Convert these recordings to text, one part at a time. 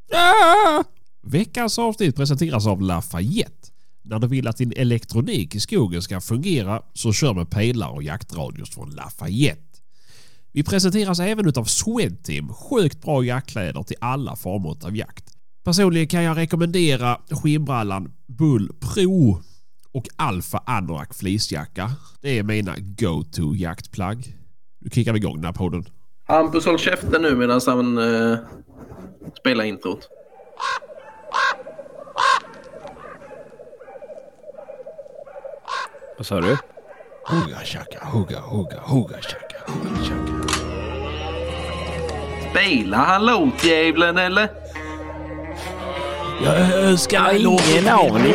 Veckans avsnitt presenteras av Lafayette. När du vill att din elektronik i skogen ska fungera så kör med pejlar och jaktradios från Lafayette. Vi presenteras även utav Swedteam, sjukt bra jaktkläder till alla former av jakt. Personligen kan jag rekommendera skinnbrallan Bull Pro och Alpha Anorak fleecejacka. Det är mina go-to jaktplagg. Nu kickar vi igång den här podden. Hampus, håll käften nu medan han spelar introt. Vad sa du? Hugga tjacka, hugga tjacka. Spelar han låtjävlen eller? Jag önskar ingen aning.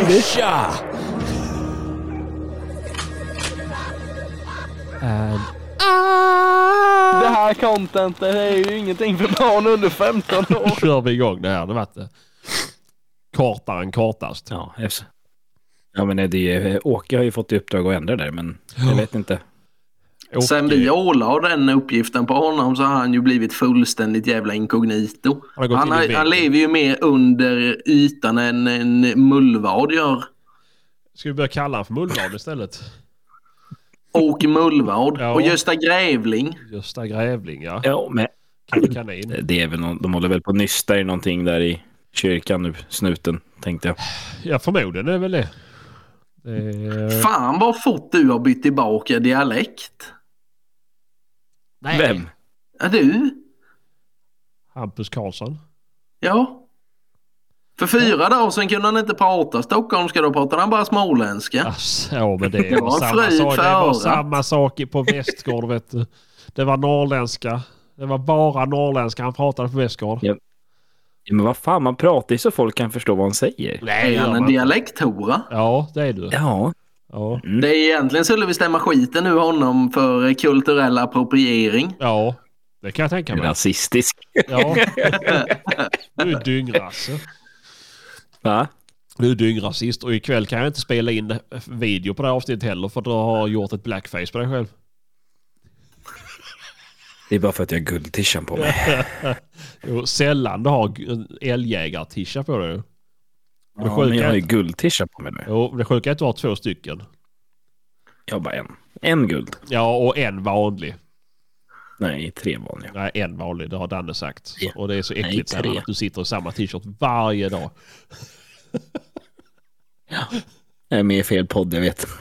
Det här contentet är ju ingenting för barn under 15 år. Kör vi igång det här. Det var kortare än kortast. Ja, efter. Ja, men Åke har ju fått i uppdrag att ändra där, men jag vet inte. Sen vi ålade den uppgiften på honom så har han ju blivit fullständigt jävla inkognito. Han lever ju mer under ytan än en mullvad gör. Ska vi börja kalla han för mullvad istället? Och mullvad. Ja. Och Gösta Grävling. Gösta Grävling, ja. Ja, men Kanin. det är väl de håller väl på att nysta i någonting där i kyrkan nu, snuten, tänkte jag. Ja, förmodligen är det väl det. Fan vad fort du har bytt tillbaka dialekt. Nej. Vem? Ja, du? Hampus Karlsson. Ja. För 4 dagar sedan kunde han inte prata stockholmska, då pratade han bara småländska. Alltså, ja, men det var var samma fröjd sak. för Det var örat. samma sak på Västgård, vet du. Det var norrländska. Det var bara norrländska han pratade på Västgård. Ja, men vad fan, man pratar ju så folk kan förstå vad han säger. Nej, Är han en dialekthora? Ja, det är du. Ja. Ja. Mm. Det är egentligen skulle vi stämma skiten nu honom för kulturell appropriering. Ja, det kan jag tänka mig. Rasistisk. Ja. Du är dyngrasse. Va? Du är dyngrasist och ikväll kan jag inte spela in video på det här avsnittet heller för då har jag gjort ett blackface på dig själv. Det är bara för att jag har guldtishan på mig. Jo, sällan du har älgjägar-tisha på dig. Ja, men jag har ju guldtisha på mig nu. Jo, det sjuka är att du har 2 stycken. Jag har bara en. En guld. Ja, och en vanlig. Nej, 3 vanliga. Nej, en vanlig, det har Danne sagt. Ja. Och det är så äckligt Nej, 3. att du sitter i samma t-shirt varje dag. Ja. Jag är med i fel podd, jag vet.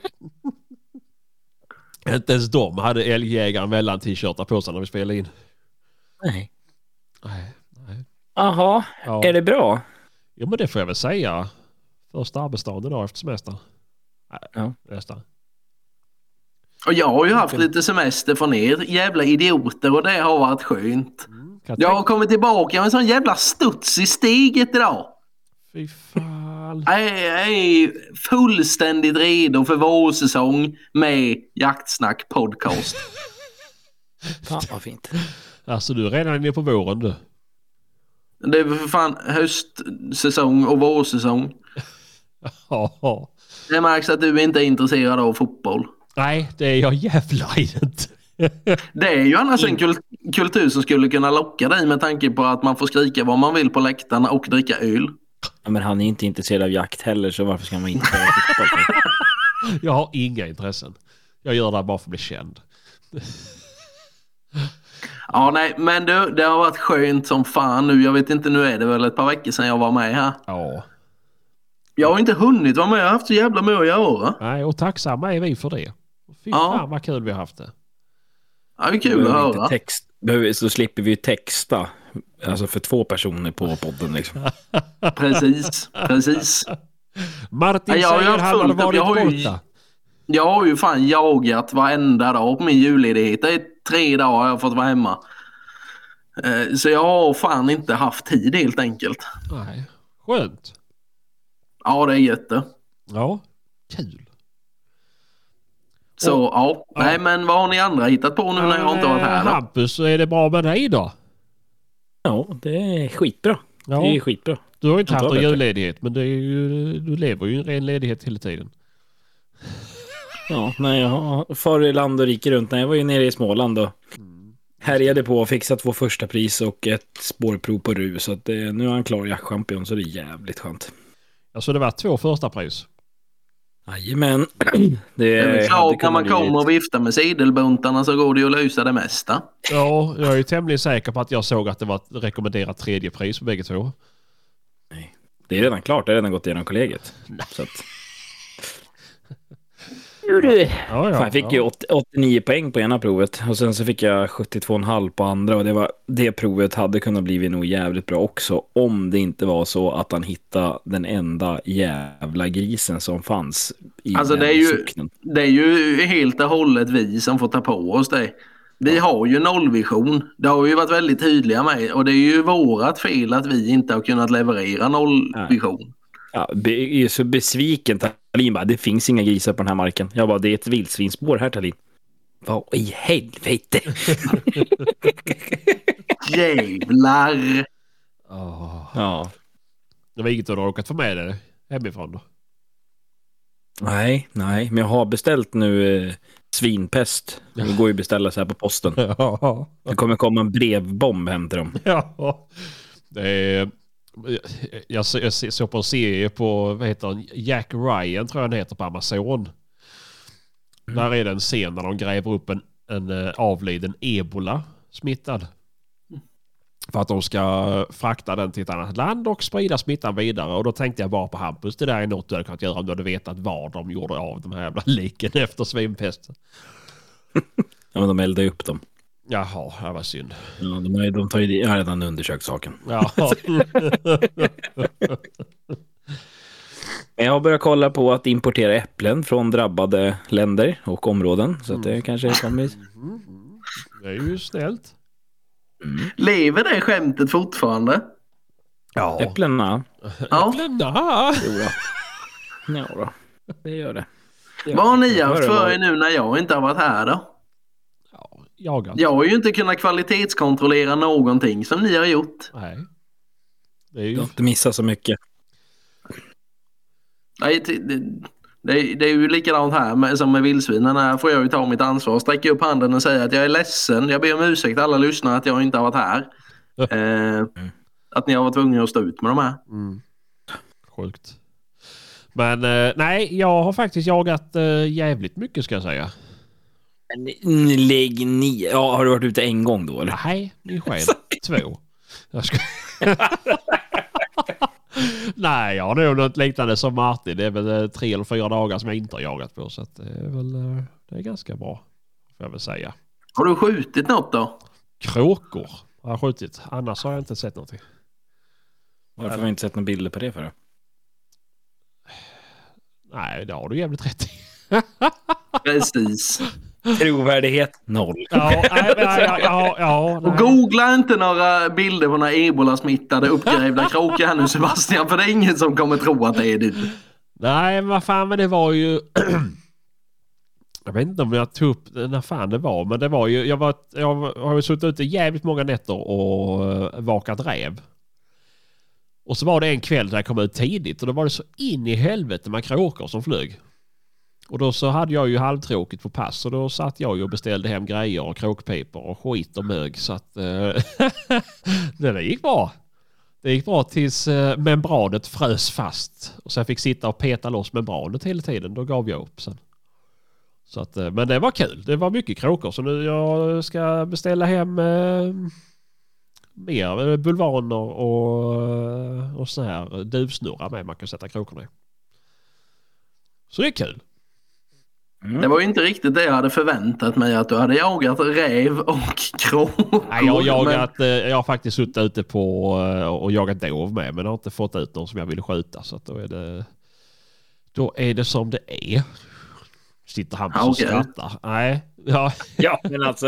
Inte ens de hade älgjägaren mellan t-shirtar på sig när vi spelade in. Nej. Nej. Aha, Ja. är det bra? Jo, men det får jag väl säga. Första arbetsdagen idag efter semester. Ja. Nästan. Och jag har ju haft lite semester från er jävla idioter och det har varit skönt. Jag har kommit tillbaka med en sån jävla studs i steget idag. Fy fan. Jag är fullständigt redo för vårsäsong med Jaktsnack podcast. Fan vad fint. Alltså du är redan inne på våren du. Det är för fan höstsäsong och vårsäsong. Ja. Det märks att du inte är intresserad av fotboll. Nej, det är jag jävlar inte. Det är ju annars en kultur som skulle kunna locka dig med tanke på att man får skrika vad man vill på läktarna och dricka öl. Ja, men han är inte intresserad av jakt heller, så varför ska man inte spela fotboll? Jag har inga intressen. Jag gör det bara för att bli känd. Ja, nej, men du, det har varit skönt som fan nu. Jag vet inte, nu är det väl ett par veckor sedan jag var med här. Ja. Jag har inte hunnit vara med. Jag har haft så jävla med att göra. Nej, och tacksamma är vi för det. Fy Ja. fan vad kul vi har haft det. Ja, det är kul att höra. Så slipper vi ju texta. Alltså för 2 personer på podden liksom. Precis. Martin Ja, säger han hade varit borta. Jag har ju fan jagat varenda dag på min julledighet. Det är 3 dagar jag har fått vara hemma. Så jag har fan inte haft tid helt enkelt. Nej, skönt. Ja, det är jätte. Ja, kul. Så ja. Nej, men vad har ni andra hittat på nu när jag inte varit här då? Hampus, så är det bra med dig då? Ja, det är skitbra. Ja. Det är skitbra. Du har ju inte Jag tar haft någon bättre. julledighet, men det är ju, du lever ju en ren ledighet hela tiden. Ja, när jag far i land och rike runt. När jag var ju nere i Småland och härjade på och fixat 2 första pris och ett spårprov på RU. Så att nu är han klar jaktchampion, så det är jävligt skönt. Alltså det var 2 första pris. Jajamän. Det är klart, när man kommer och viftar med sidelbuntarna så går det ju att lösa det mesta. Ja, jag är ju tämligen säker på att jag såg att det var ett rekommenderat 3:e pris på bägge 2. Nej, det är redan klart. Det har redan gått igenom kollegiet. Så att... Jag fick ju 89 poäng på ena provet och sen så fick jag 72,5 på andra, och det provet hade kunnat bli nog jävligt bra också om det inte var så att han hittade den enda jävla grisen som fanns i alltså det är ju helt och hållet vi som får ta på oss det. Vi har ju nollvision. Det har vi varit väldigt tydliga med, och det är ju vårat fel att vi inte har kunnat leverera nollvision. Ja, jag är så besviken. Talin bara, det finns inga grisar på den här marken. Jag bara, det är ett vildsvinspår här, Talin. Vad i helvete? Jävlar. Ja. Det var inget du har råkat få med det hemifrån då? Nej, men jag har beställt nu svinpest. Det går ju att beställa så här på posten. Ja. Det kommer komma en brevbomb hem till dem. Ja, det är... Jag såg på en serie på, vad heter han? Jack Ryan tror jag han heter, på Amazon. Där är det en scen där de gräver upp en avliden ebola smittad. För att de ska frakta den till ett annat land och sprida smittan vidare. Och då tänkte jag bara på Hampus. Det där är något du hade kunnat göra om du hade vetat var de gjorde av de här jävla liken efter svinpesten. Ja, men de eldade upp dem. Jaha, det var synd. Ja, de tar ju, jag har redan undersökt saken. Ja. Jag har börjat kolla på att importera äpplen från drabbade länder och områden. Så att det kanske kommer... Det är ju snällt. Lever det skämtet fortfarande? Ja. Äpplena. Ja. Ja då. Det gör det. Vad har ni haft för er nu när jag inte har varit här då? Jagat. Jag har ju inte kunnat kvalitetskontrollera någonting som ni har gjort. Nej. Det är ju... Du har inte missat så mycket. Nej, det är ju likadant här som med vildsvinen. Här får jag ju ta mitt ansvar. Sträcka upp handen och säga att jag är ledsen. Jag ber om ursäkt alla lyssnare att jag inte har varit här. Att ni har varit tvungna att stå ut med de här. Sjukt. Men nej, jag har faktiskt jagat jävligt mycket, ska jag säga. Lägg ner. Ja, har du varit ute en gång då, eller? Nej, ni själv. 2. Jag ska... Nej, jag har nog något liknande som Martin. Det är väl 3 eller 4 dagar som jag inte har jagat på. Så att det är ganska bra, får jag väl säga. Har du skjutit något då? Kråkor har jag skjutit. Annars har jag inte sett någonting. Varför har vi inte sett några bilder på det för? Nej, det har du jävligt rätt i. Precis. Trovärdighet 0. Ja, och googla inte några bilder på några ebola-smittade uppgrävda kråkor här nu, Sebastian, för det är ingen som kommer tro att det är du. Nej, men vad fan, men det var ju... Jag vet inte om jag tog upp när fan det var, men det var ju... Jag har ju suttit ute jävligt många nätter och vakat räv. Och så var det en kväll där jag kom ut tidigt och då var det så in i helvete med kråkor som flög. Och då så hade jag ju halvtråkigt på pass och då satt jag ju och beställde hem grejer och kråkpipor och skit och mög, så att det gick bra. Det gick bra tills membranet frös fast och så jag fick sitta och peta loss membranet hela tiden. Då gav jag upp sen. Så att, men det var kul. Det var mycket kråkor, så nu jag ska beställa hem mer bulvaner och så här duvsnurrar med man kan sätta kråkorna i. Så det är kul. Det var ju inte riktigt det jag hade förväntat mig, att du hade jagat räv och kråkor. Nej, jag har faktiskt suttit ute på och jagat dov med, men jag har inte fått ut någon som jag ville skjuta, så att då är det som det är. Sitter han och skrattar. Nej. Ja, men alltså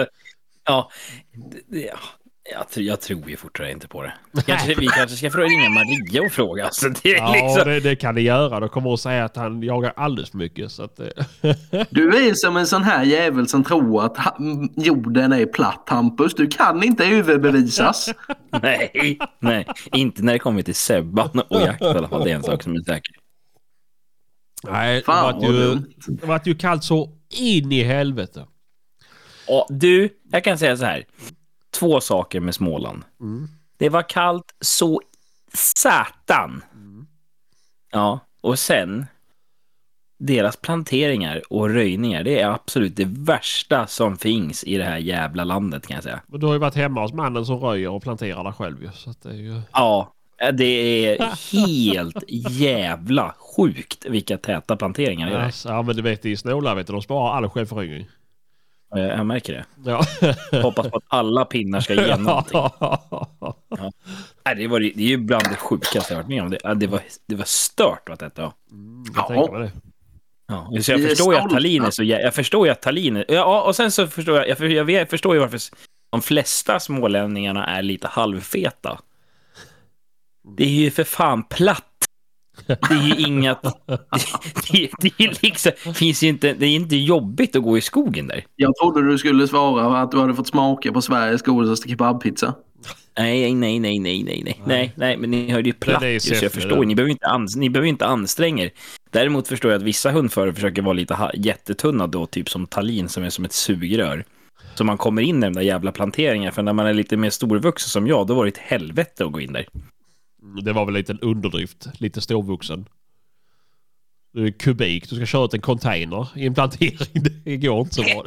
jag tror ju fortfarande inte på det. Vi kanske ska ringa Maria och fråga. Alltså, det det kan ni göra. Då kommer hon säga att han jagar alldeles för mycket. Så att, Du är som en sån här jävel som tror att jorden är platt, Hampus. Du kan inte överbevisas. Nej. Inte när det kommer till Sebban och jakt i alla fall. Det är en sak som är säker. Nej, det var ju kallt så in i helvete. Och du, jag kan säga så här. 2 saker med Småland. Det var kallt så satan. Ja, och sen deras planteringar och röjningar, det är absolut det värsta som finns i det här jävla landet, kan jag säga. Men du har ju varit hemma hos mannen som röjer och planterar där själv ju, så att det är ju... Ja, det är helt jävla sjukt vilka täta planteringar det är. Ja, men du vet, i Snåla, vet du, de sparar all självföryngring. Jag märker det. Ja. Hoppas på att alla pinnar ska ge någonting. Ja. Nej, det är ju bland det sjukaste jag varit med om. Det var stört att detta. Jag tänker med det. Ja, så jag förstår ju att Tallinn är så... Jag förstår ju att Tallinn... Ja, och sen så förstår jag förstår ju varför de flesta smålänningarna är lite halvfeta. Det är ju för fan platt. Det är ju inget... Det är liksom... Finns inte, det är inte jobbigt att gå i skogen där. Jag trodde du skulle svara att du hade fått smaka på Sveriges godaste kebabpizza. Nej, men ni hör ju platt, så jag förstår. Ni behöver inte anstränga er. Däremot förstår jag att vissa hundförare försöker vara lite jättetunna då, typ som Tallinn som är som ett sugrör. Så man kommer in i de där jävla planteringar, för när man är lite mer storvuxen som jag, då var det ett helvete att gå in där. Det var väl lite en underdrift, lite storvuxen. Du är kubik, du ska köra ut en container i en plantering. Det går inte så bra.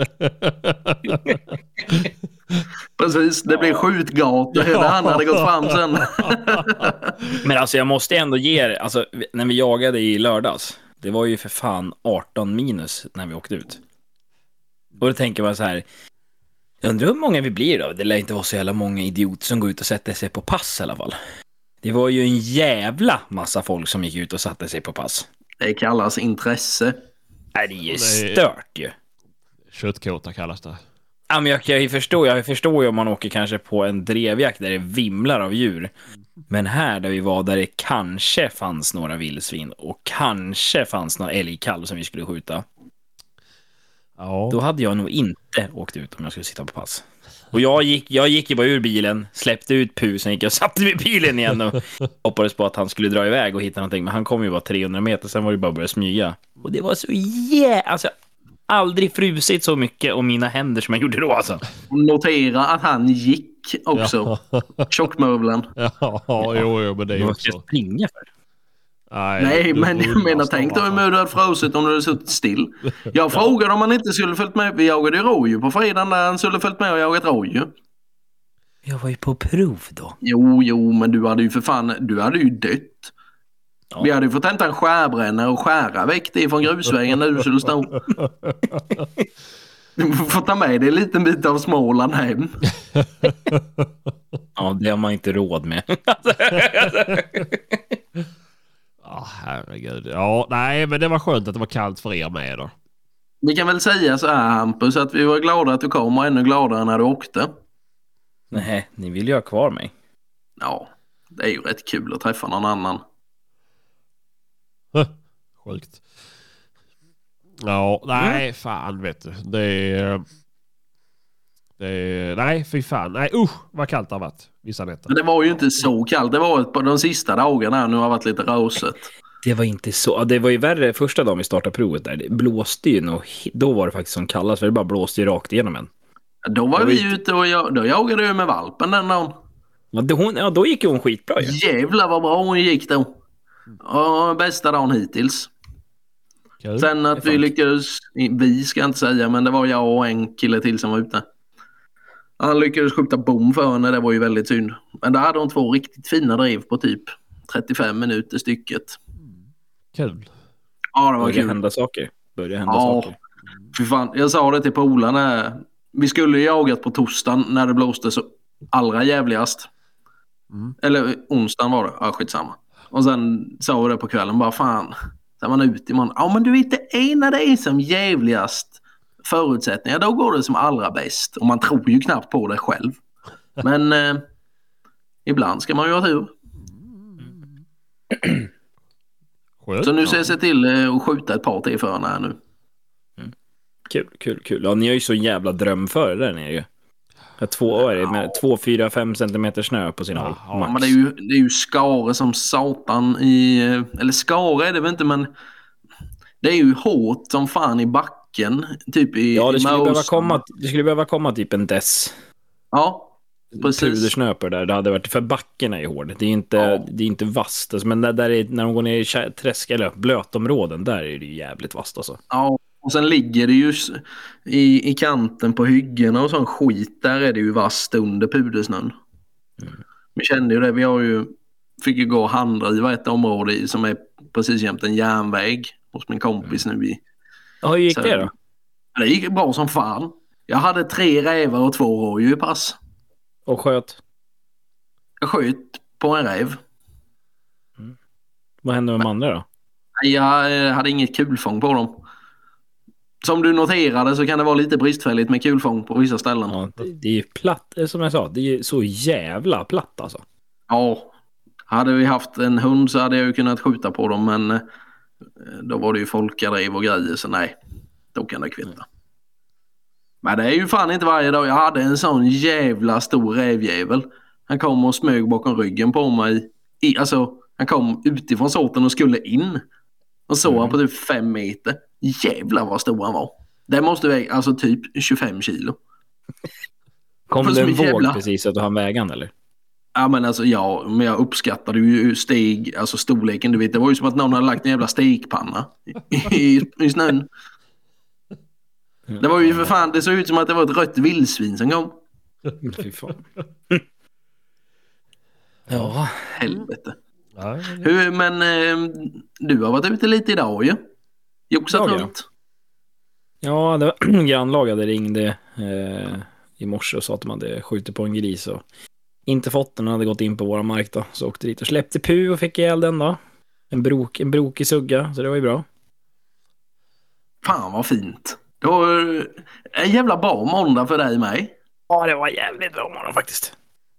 Precis, det blir skjutgator. Det andra hade gått fram sen. Men alltså jag måste ändå ge er, alltså när vi jagade i lördags, det var ju för fan 18 minus när vi åkte ut. Och då tänker man så här, jag undrar hur många vi blir då. Det lär inte vara så jävla många idioter som går ut och sätter sig på pass i alla fall. Det var ju en jävla massa folk som gick ut och satte sig på pass. Det kallas intresse. Nej, det är ju stört ju. Köttkåta kallas det. Ja, men jag förstår ju om man åker kanske på en drevjakt där det vimlar av djur. Men här där vi var, där det kanske fanns några vildsvin och kanske fanns några älgkalv som vi skulle skjuta. Ja. Då hade jag nog inte åkt ut om jag skulle sitta på pass. Och jag gick ju bara ur bilen, släppte ut pusen, gick och satte mig i bilen igen och hoppades på att han skulle dra iväg och hitta någonting. Men han kom ju bara 300 meter, sen var det bara att börja smyga. Och det var så alltså aldrig frusit så mycket om mina händer som jag gjorde då alltså. Notera att han gick också. Ja. Tjockmövlen. Ja, jo, men det är också. Vad ska jag springa för? Nej, men jag menar, tänk då hur mycket du hade frusit om du hade suttit still. Jag frågade om han inte skulle följt med. Vi jagade rådjur på fredagen där han skulle följt med och jagat rådjur. Jag var ju på prov då. Jo, men du hade ju för fan, du hade ju dött. Ja. Vi hade ju fått hämta en skärbrännare och skära väck det från grusvägen där du skulle stå. Du får ta med dig en liten bit av Småland hem. Ja, det har man inte råd med. Herregud. Ja, nej, men det var skönt att det var kallt för er med då. Vi kan väl säga så här, Hampus, att vi var glada att du kom och ännu gladare när du åkte. Nej, ni vill ju ha kvar mig. Ja, det är ju rätt kul att träffa någon annan. Sjukt. Ja, nej, fan vet du. Det är nej, fy fan. Nej, vad kallt det har varit vissa nätter. Men det var ju inte så kallt. Det var på de sista dagarna nu har varit lite rosigt. Det var inte så. Det var ju värre första dagen vi startade provet där. Det blåste ju nog. Då var det faktiskt som kallast, för det bara blåste ju rakt igenom en. Då var vi ute och då jagade jag med valpen den dagen. Ja, då gick hon skitbra. Ja. Jävlar vad bra hon gick då. Ja, bästa dagen hittills. Kul. Sen att vi lyckades, vi ska inte säga, men det var jag och en kille till som var ute. Han lyckades skjuta bom för henne, det var ju väldigt synd. Men där hade hon 2 riktigt fina drev på typ 35 minuter stycket. Kul. Ja, det var kul. Hända saker. Börja hända saker. För fan, jag sa det till polarna. Vi skulle jagat på torsdagen när det blåste så allra jävligast. Eller onsdagen var det, ja skitsamma. Och sen sa vi det på kvällen, bara fan. Sen man ut imorgon. Ja, men du vet, det ena det är som jävligast förutsättningar. Då går det som allra bäst. Och man tror ju knappt på det själv. Men ibland ska man ju ha tur. Så nu ska jag se till att skjuta ett par till för henne här nu. Kul. Ja, ni har ju så jävla drömförare där nere ju. 2-4-5 centimeter snö på sina håll. Ja, men det är ju skare som satan i... Eller skare är det väl inte, men det är ju hårt som fan i backen. Typ i... Ja, det skulle behöva komma typ en dess. Ja, pudersnöper där. Det hade varit för backen är hård. Det är inte vasst. Alltså, men där är, när de går ner i träsk eller blötområden, där är det ju jävligt vasst alltså. Ja, och sen ligger det ju i kanten på hyggena och sån skit. Där är det ju vasst under pudersnön. Vi kände ju det. Fick ju gå och handdriva ett område som är precis jämte en järnväg hos min kompis nu i. Ja, hur gick det då? Det gick bra som fan. Jag hade 3 rävar och 2 rådjur i pass. Och sköt? Jag sköt på en räv. Vad hände med de andra då? Jag hade inget kulfång på dem. Som du noterade så kan det vara lite bristfälligt med kulfång på vissa ställen. Ja, det är ju platt, som jag sa. Det är ju så jävla platt alltså. Ja, hade vi haft en hund så hade jag ju kunnat skjuta på dem, men då var det ju folkadrev och grejer, så nej, då kan det kvitta. Men det är ju fan inte varje dag. Jag hade en sån jävla stor rävjävel. Han kom och smög bakom ryggen på mig. Alltså, han kom utifrån sorten och skulle in. Och så han på typ 5 meter. Jävlar vad stor han var. Det måste väga alltså typ 25 kilo. Kom det en våg precis att du hann vägan eller? Ja men alltså men jag uppskattade ju alltså storleken, du vet, det var ju som att någon hade lagt en jävla stekpanna i snön. Det var ju för fan, det såg ut som att det var ett rött vildsvin som kom. Fy fan. Ja, helvete. Men du har varit ute lite idag ju. Joxat runt. Ja, det var grannlagade ringde i morse och sa att de hade skjutit på en gris och inte fått den, hade gått in på våra mark då. Så åkte dit och släppte pu och fick ihjäl den då. En brokig sugga, så det var ju bra. Fan vad fint. Det var en jävla bra måndag för dig med. Ja, det var jävligt bra måndag faktiskt.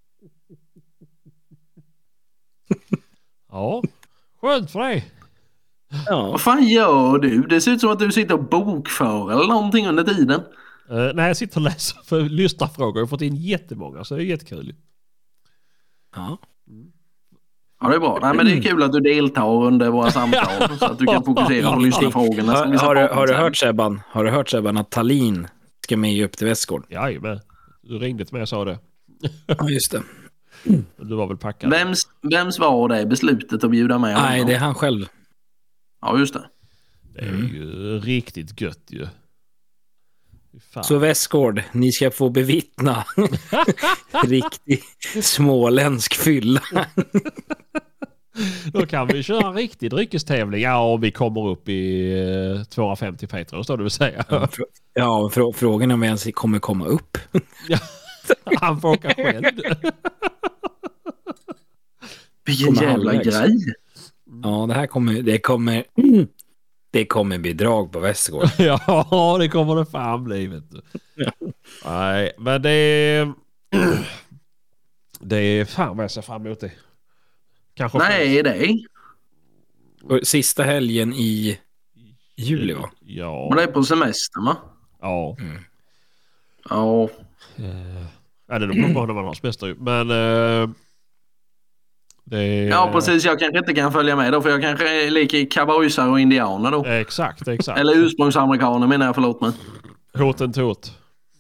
Ja, skönt för dig. Ja. Vad fan gör du? Det ser ut som att du sitter och bokför eller någonting under tiden. Nej, jag sitter och läser för lyssnarfrågor. Jag har fått in jättemånga, så det är jättekul. Ja. Ja, det är bra. Nej, men det är kul att du deltar under våra samtal så att du kan fokusera på lyssnarfrågorna. Har du hört Sebban att Tallinn ska med upp till Västgård? Jajamän. Du ringde till mig och sa det. Ja, just det. Du var väl packad. Vems var det beslutet att bjuda med? Nej, det är han själv. Ja, just det. Det är ju riktigt gött ju. Fan. Så Västgård, ni ska få bevittna riktig småländsk fylla. Då kan vi köra en riktig dryckestävling. Ja, och vi kommer upp i 250 Petros då, du vill säga. Frågan är om vi ens kommer komma upp. Ja, han får åka själv. Vilken jävla grej. Ja, det kommer bli drag på Västgård. Ja, det kommer det fan bli, vet du. Ja. Nej, men det är fan vad jag ser fram emot det. Kanske nej, det är sista helgen i juli, va? Ja. Men det är på semester, va? Ja. Ja. Ja, det är nog bra när man har semester. Men ja, precis. Jag kanske inte kan följa med då, för jag kanske är lika cowboysar och indianer då. Exakt. Eller ursprungsamerikaner menar jag, förlåt mig. Hoten tot.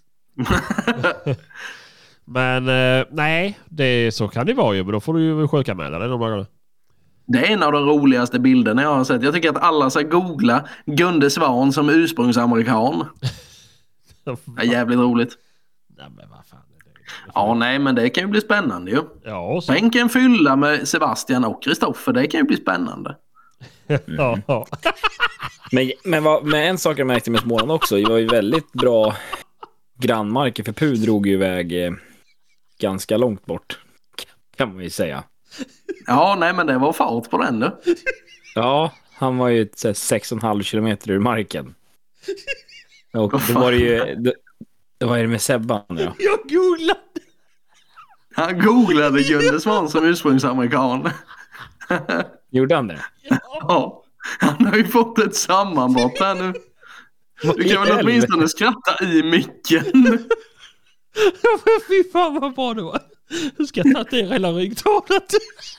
Men nej, så kan det vara ju. Men då får du ju sjuka med det någon gång. Det är en av de roligaste bilderna jag har sett. Jag tycker att alla ska googla Gunde Svan som ursprungsamerikan. Det är jävligt roligt. Nej, men vad fan är det? Ja, nej, men det kan ju bli spännande ju. Ja, tänk en fylla med Sebastian och Kristoffer. Det kan ju bli spännande. Ja. Men en sak jag märkte med Småland också. Det var ju väldigt bra grannmarker, för Pu drog ju iväg ganska långt bort, kan man ju säga. Ja, nej, men det var fart på den då. Ja, han var ju 6,5 kilometer ur marken. Och då var det ju... Det var det med Sebban, ja. Jag googlade. Han googlade Gunde Svan som ursprungsamerikan. Gjorde han det? Ja. Han har ju fått ett sammanbrott här nu. Du kan väl åtminstone skratta i micken. Fy fan vad bra det var. Du ska tatuera hela ryggtalet.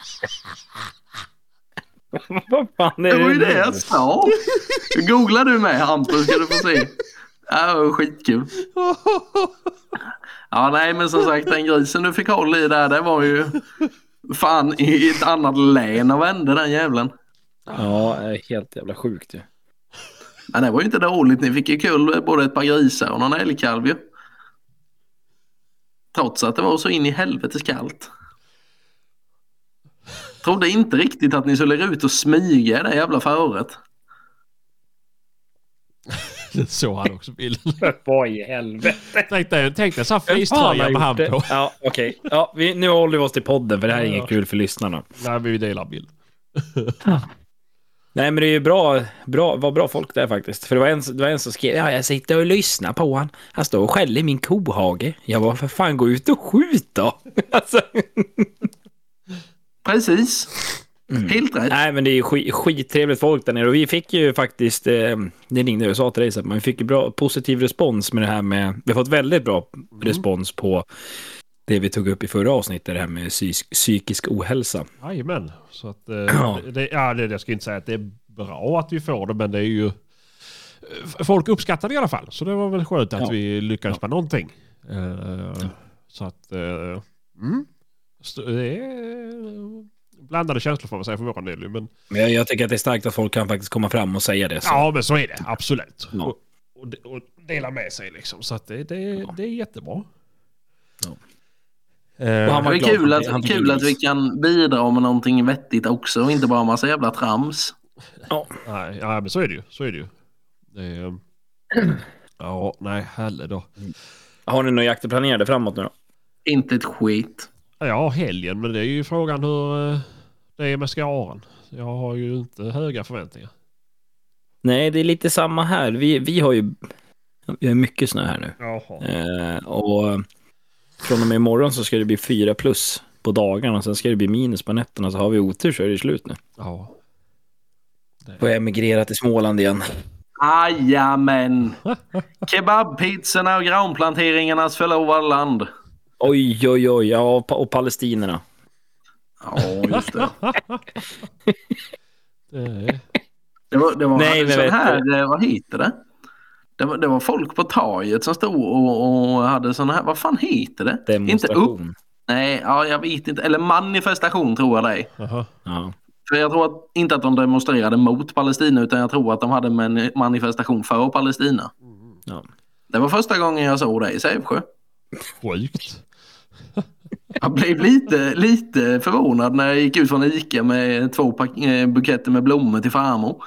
Vad fan är det var ju det jag sa. Googlar du med, Hampus, ska du få se. Ja, skitkul. Ja, nej, men som sagt, den grisen du fick håll i där, det var ju fan i ett annat län av ände, den jävlen. Ja, helt jävla sjukt ju. Men det var ju inte dåligt. Ni fick ju kul både ett par grisar och någon älgkalv ju. Trots att det var så in i helvetes kallt. Trodde inte riktigt att ni skulle ut och smyga i det jävla föret. Så han också bilden. Vad i helvete? Tänk dig så här face-tröja med hand på. Ja, okej. Ja, nu håller vi oss till podden för det här är inget kul för lyssnarna. Nej, vi delar bild. Nej, men det är ju vad bra folk där faktiskt. För det var en som skrev, ja, jag sitter och lyssnar på han. Han står och skäller i min kohage. Jag var för fan, gå ut och skjuta. Alltså. Precis. Helt rätt. Nej, men det är ju skittrevligt folk där nere. Och vi fick ju faktiskt, det ringde jag sa till dig, så att man fick ju bra positiv respons med det här med, vi har fått väldigt bra respons på det vi tog upp i förra avsnittet, det här med psykisk ohälsa. Jajamän. Så att jag ska inte säga att det är bra att vi får det, men det är ju folk uppskattar det i alla fall. Så det var väl skönt att vi lyckades med någonting. Så att det är blandade känslor får man säga för våran del. Men jag tycker att det är starkt att folk kan faktiskt komma fram och säga det. Så. Ja, men så är det. Absolut. Ja. Och dela med sig liksom. Så att det är jättebra. Ja. Det är kul att vi kan bidra med någonting vettigt också och inte bara en massa jävla trams. Ja. Nej, ja, men så är det ju. Så är det ju. Ja, nej, heller då. Har ni några jakter planerade framåt nu då? Inte ett skit. Ja, helgen, men det är ju frågan hur det är med skaran. Jag har ju inte höga förväntningar. Nej, det är lite samma här. Vi har mycket snö här nu. Och från och med imorgon så ska det bli 4+ på dagarna och sen ska det bli minus på nätterna, så har vi otur så är det slut nu. Ja. Får jag emigrera till Småland igen. Ajamän. Kebabpizzorna och granplanteringarnas förlovade land. Oj, ja, och palestinerna. Ja, just det. Det var nej, sån här, vad heter det? Det var folk på torget som stod och hade sån här, vad fan heter det? Demonstration. Inte upp. Nej, ja, jag vet inte. Eller manifestation tror jag det är. Ja. För jag tror inte att de demonstrerade mot Palestina, utan jag tror att de hade en manifestation för Palestina. Ja. Det var första gången jag såg det i Sävsjö. Sjukt. Jag blev lite förvånad när jag gick ut från Ica med 2 buketter med blommor till farmor.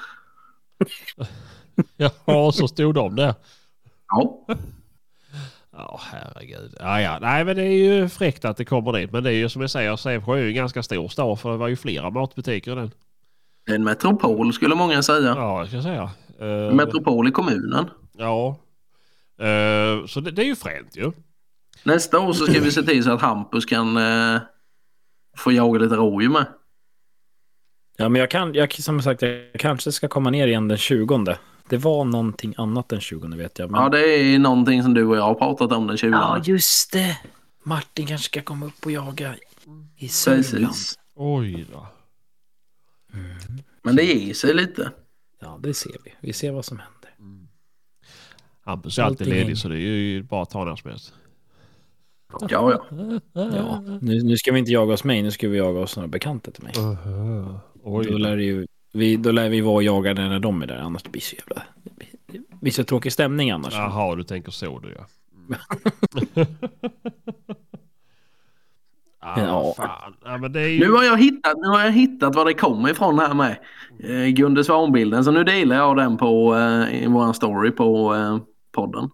Ja, så stod de där. Ja. Ja, herregud. Ja. Nej, men det är ju fräckt att det kommer dit. Men det är ju som jag säger, Sävsjö är ju en ganska stor stad, för det var ju flera matbutiker i den. En metropol skulle många säga. Ja, jag ska säga. Metropol i kommunen. Ja. Så det är ju fränt ju. Nästa år så ska vi se till så att Hampus kan få jaga lite rådjur med. Ja, men jag som sagt, jag kanske ska komma ner igen den 20. Det var någonting annat den 20, vet jag. Men... Ja, det är någonting som du och jag har pratat om den 20. Ja, just det. Martin kanske ska komma upp och jaga i Sörmland. Oj då. Men det ger sig lite. Ja, det ser vi. Vi ser vad som händer. Hampus är alltid ledig, så det är ju bara att ta när som helst. Ja. Nu ska vi inte jaga hos mig, nu ska vi jaga hos några bekanta till mig. Oj. Då lär vi vara jagade när de är där, annars blir det blir så tråkig stämning annars. Jaha, du tänker så du, ja. Fan. Ja, men det är ju... Nu har jag hittat var det kommer ifrån här med Gunde Svanbilden, så nu delar jag den på i våran story på podden.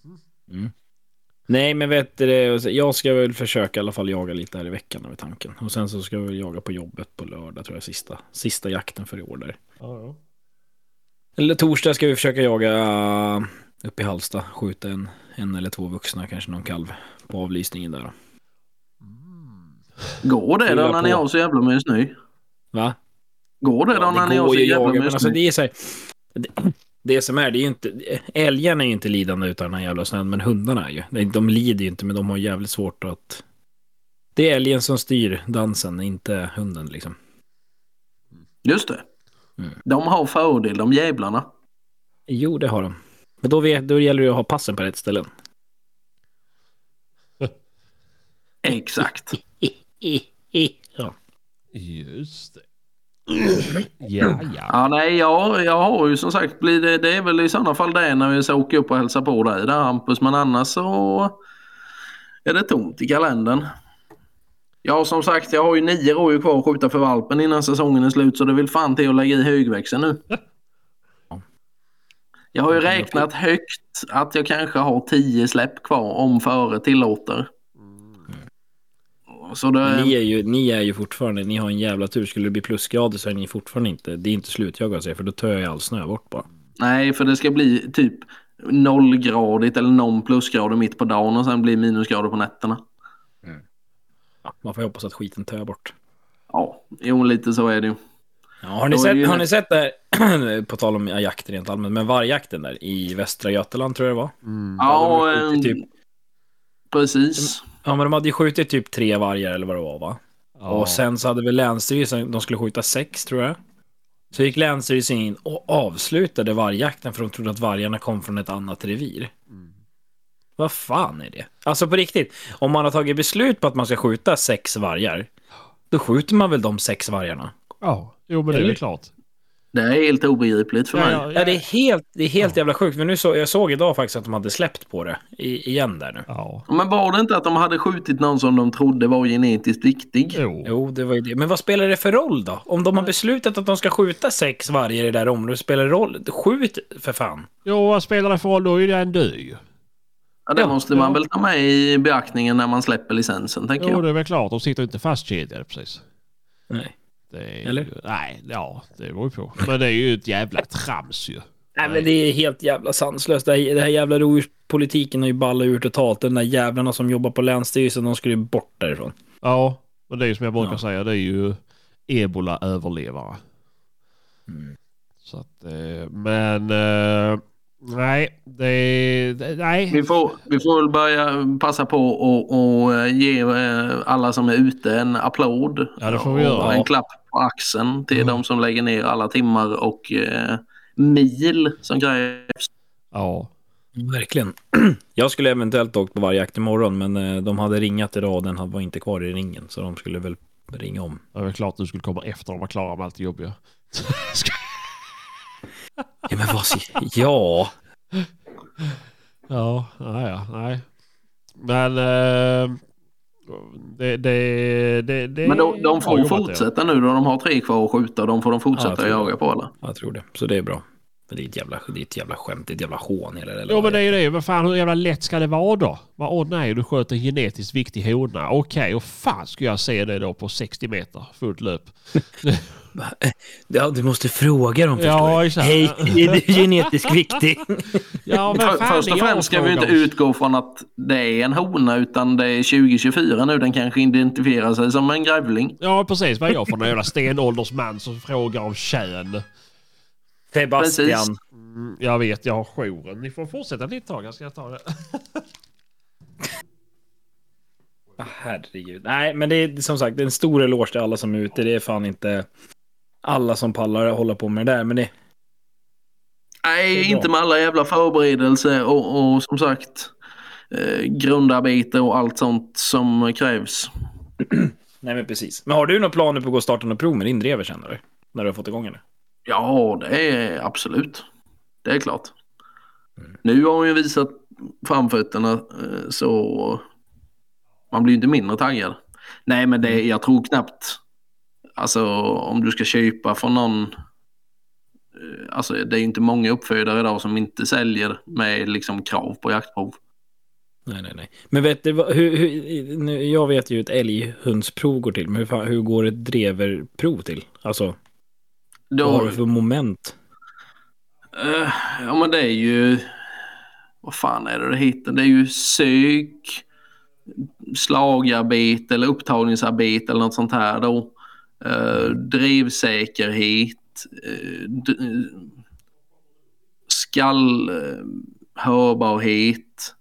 Nej, men vet du, jag ska väl försöka i alla fall jaga lite här i veckan över tanken. Och sen så ska vi jaga på jobbet på lördag, tror jag, sista jakten för i år där. Ja. Eller torsdag ska vi försöka jaga upp i Halsta, skjuta en eller 2 vuxna, kanske någon kalv på avlysningen där. Går det då när ni har så jävla med snö? Va? Går det då när ni har så jävla med snö? Alltså, det är så här, det som är, det är ju inte, älgarna är ju inte lidande utan den här jävla snön, men hundarna är ju. De lider ju inte, men de har jävligt svårt att... Det är älgen som styr dansen, inte hunden liksom. Just det. De har fördel, de jävlarna. Jo, det har de. Men då gäller det att ha passen på rätt ställen. Exakt. Ja. Just det. Ja. Ja, nej, jag har ju som sagt blivit, det är väl i sådana fall det när vi så åker upp och hälsar på dig där, Hampus, men annars så är det tomt i kalendern. Ja, som sagt, jag har ju 9 rådjur kvar att skjuta för valpen innan säsongen är slut, så det vill fan till att lägga i högväxeln nu. Jag har ju räknat högt att jag kanske har 10 släpp kvar om före tillåter. Så det... Ni är ju fortfarande, ni har en jävla tur. Skulle det bli plusgrader så är ni fortfarande inte, det är inte slutjagad sig, för då tar jag all snö bort bara. Nej, för det ska bli typ 0-gradigt eller någon plusgrader mitt på dagen och sen blir minusgrader på nätterna. Ja, man får hoppas att skiten tar bort. Ja, jo, lite så är det ju. Ja, har ni sett där, på tal om jakt rent allmänt, men vargjakten där i Västra Götaland tror jag det var? Ja, precis. Ja, men de hade ju skjutit typ 3 vargar eller vad det var, va? Ja. Och sen så hade väl länsstyrelsen, de skulle skjuta 6 tror jag. Så gick länsstyrelsen in och avslutade vargjakten för de trodde att vargarna kom från ett annat revir. Vad fan är det? Alltså på riktigt, om man har tagit beslut på att man ska skjuta 6 vargar, då skjuter man väl de 6 vargarna? Ja, jo men det är väl klart. Det är helt obegripligt för mig. Ja, det är helt jävla sjukt. Men jag såg idag faktiskt att de hade släppt på det igen där nu. Ja. Men var det inte att de hade skjutit någon som de trodde var genetiskt viktig? Jo, det var ju det. Men vad spelar det för roll då? Om de har beslutat att de ska skjuta 6 vargar i det där området, spelar det roll? Skjut för fan. Jo, vad spelar det för roll? Då är det en dö. Ja, det måste man väl ta med i beaktningen när man släpper licensen, tänker jag. Jo, det är väl klart. De sitter inte fastkedjade precis. Nej. Eller? Nej, ja, det var ju på. Men det är ju ett jävla trams ju. Nej, men det är helt jävla sanslöst. Det här jävla rovdjurspolitiken har ju ballat ur totalt. Den där jävlarna som jobbar på länsstyrelsen, de skulle ju bort därifrån. Ja, men det är ju som jag brukar säga, det är ju ebola-överlevare. Så att, men nej, nej. Vi får väl börja passa på och ge alla som är ute en applåd. Ja, det får vi göra. Och en klapp på axeln till de som lägger ner alla timmar och mil som krävs. Ja. Verkligen. Jag skulle eventuellt åkt på vargjakt imorgon, men de hade ringat idag och den var inte kvar i ringen, så de skulle väl ringa om. Det var klart att du skulle komma efter de var klara med allt det jobbiga. Ja, men vad ja. Ja, nej. Men men de får fortsätta nu då de har 3 kvar att skjuta. De får de fortsätta jaga på, eller? Jag tror det. Så det är bra. Men det är ett jävla skämt, det är ett jävla hån eller jo, men det är ju det. Men fan, hur jävla lätt ska det vara då? Nej, du sköt en genetiskt viktig hona. Okej, och fan ska jag se det då på 60 meter fullt löp? Ja, du måste fråga dem, ja, förstår. Hej, är du genetiskt viktig? Ja, men fan, först och främst ska vi inte utgå från att det är en hona, utan det är 2024 nu. Den kanske identifierar sig som en grävling. Ja, precis. Vad är jag för en jävla stenåldersman som frågar om kön? Sebastian. Jag vet, jag har jouren. Ni får fortsätta lite tag, jag ska ta det. Herregud. Nej, men det är som sagt en stor eloge till alla som är ute. Det är fan inte alla som pallar att hålla på med det där, men det... Nej, inte med alla jävla förberedelser och som sagt grundarbete och allt sånt som krävs. Nej, men precis. Men har du några planer på att gå och starta något prov med din drever sen, eller? När du har fått igång det? Ja, det är absolut. Det är klart. Nu har hon ju visat framfötterna, så man blir ju inte mindre taggad. Nej, men jag tror knappt, alltså om du ska köpa från någon, alltså det är ju inte många uppfödare idag som inte säljer med liksom krav på jaktprov. Nej. Men vet du, jag vet ju ett älghundsprov går till, men hur går ett dreverprov till? Alltså, vad har du för moment? Ja, men det är ju, vad fan är det heter? Det är ju sök, slagarbete eller upptagningsarbete eller något sånt här då. Drevsäkerhet, hörbarhet,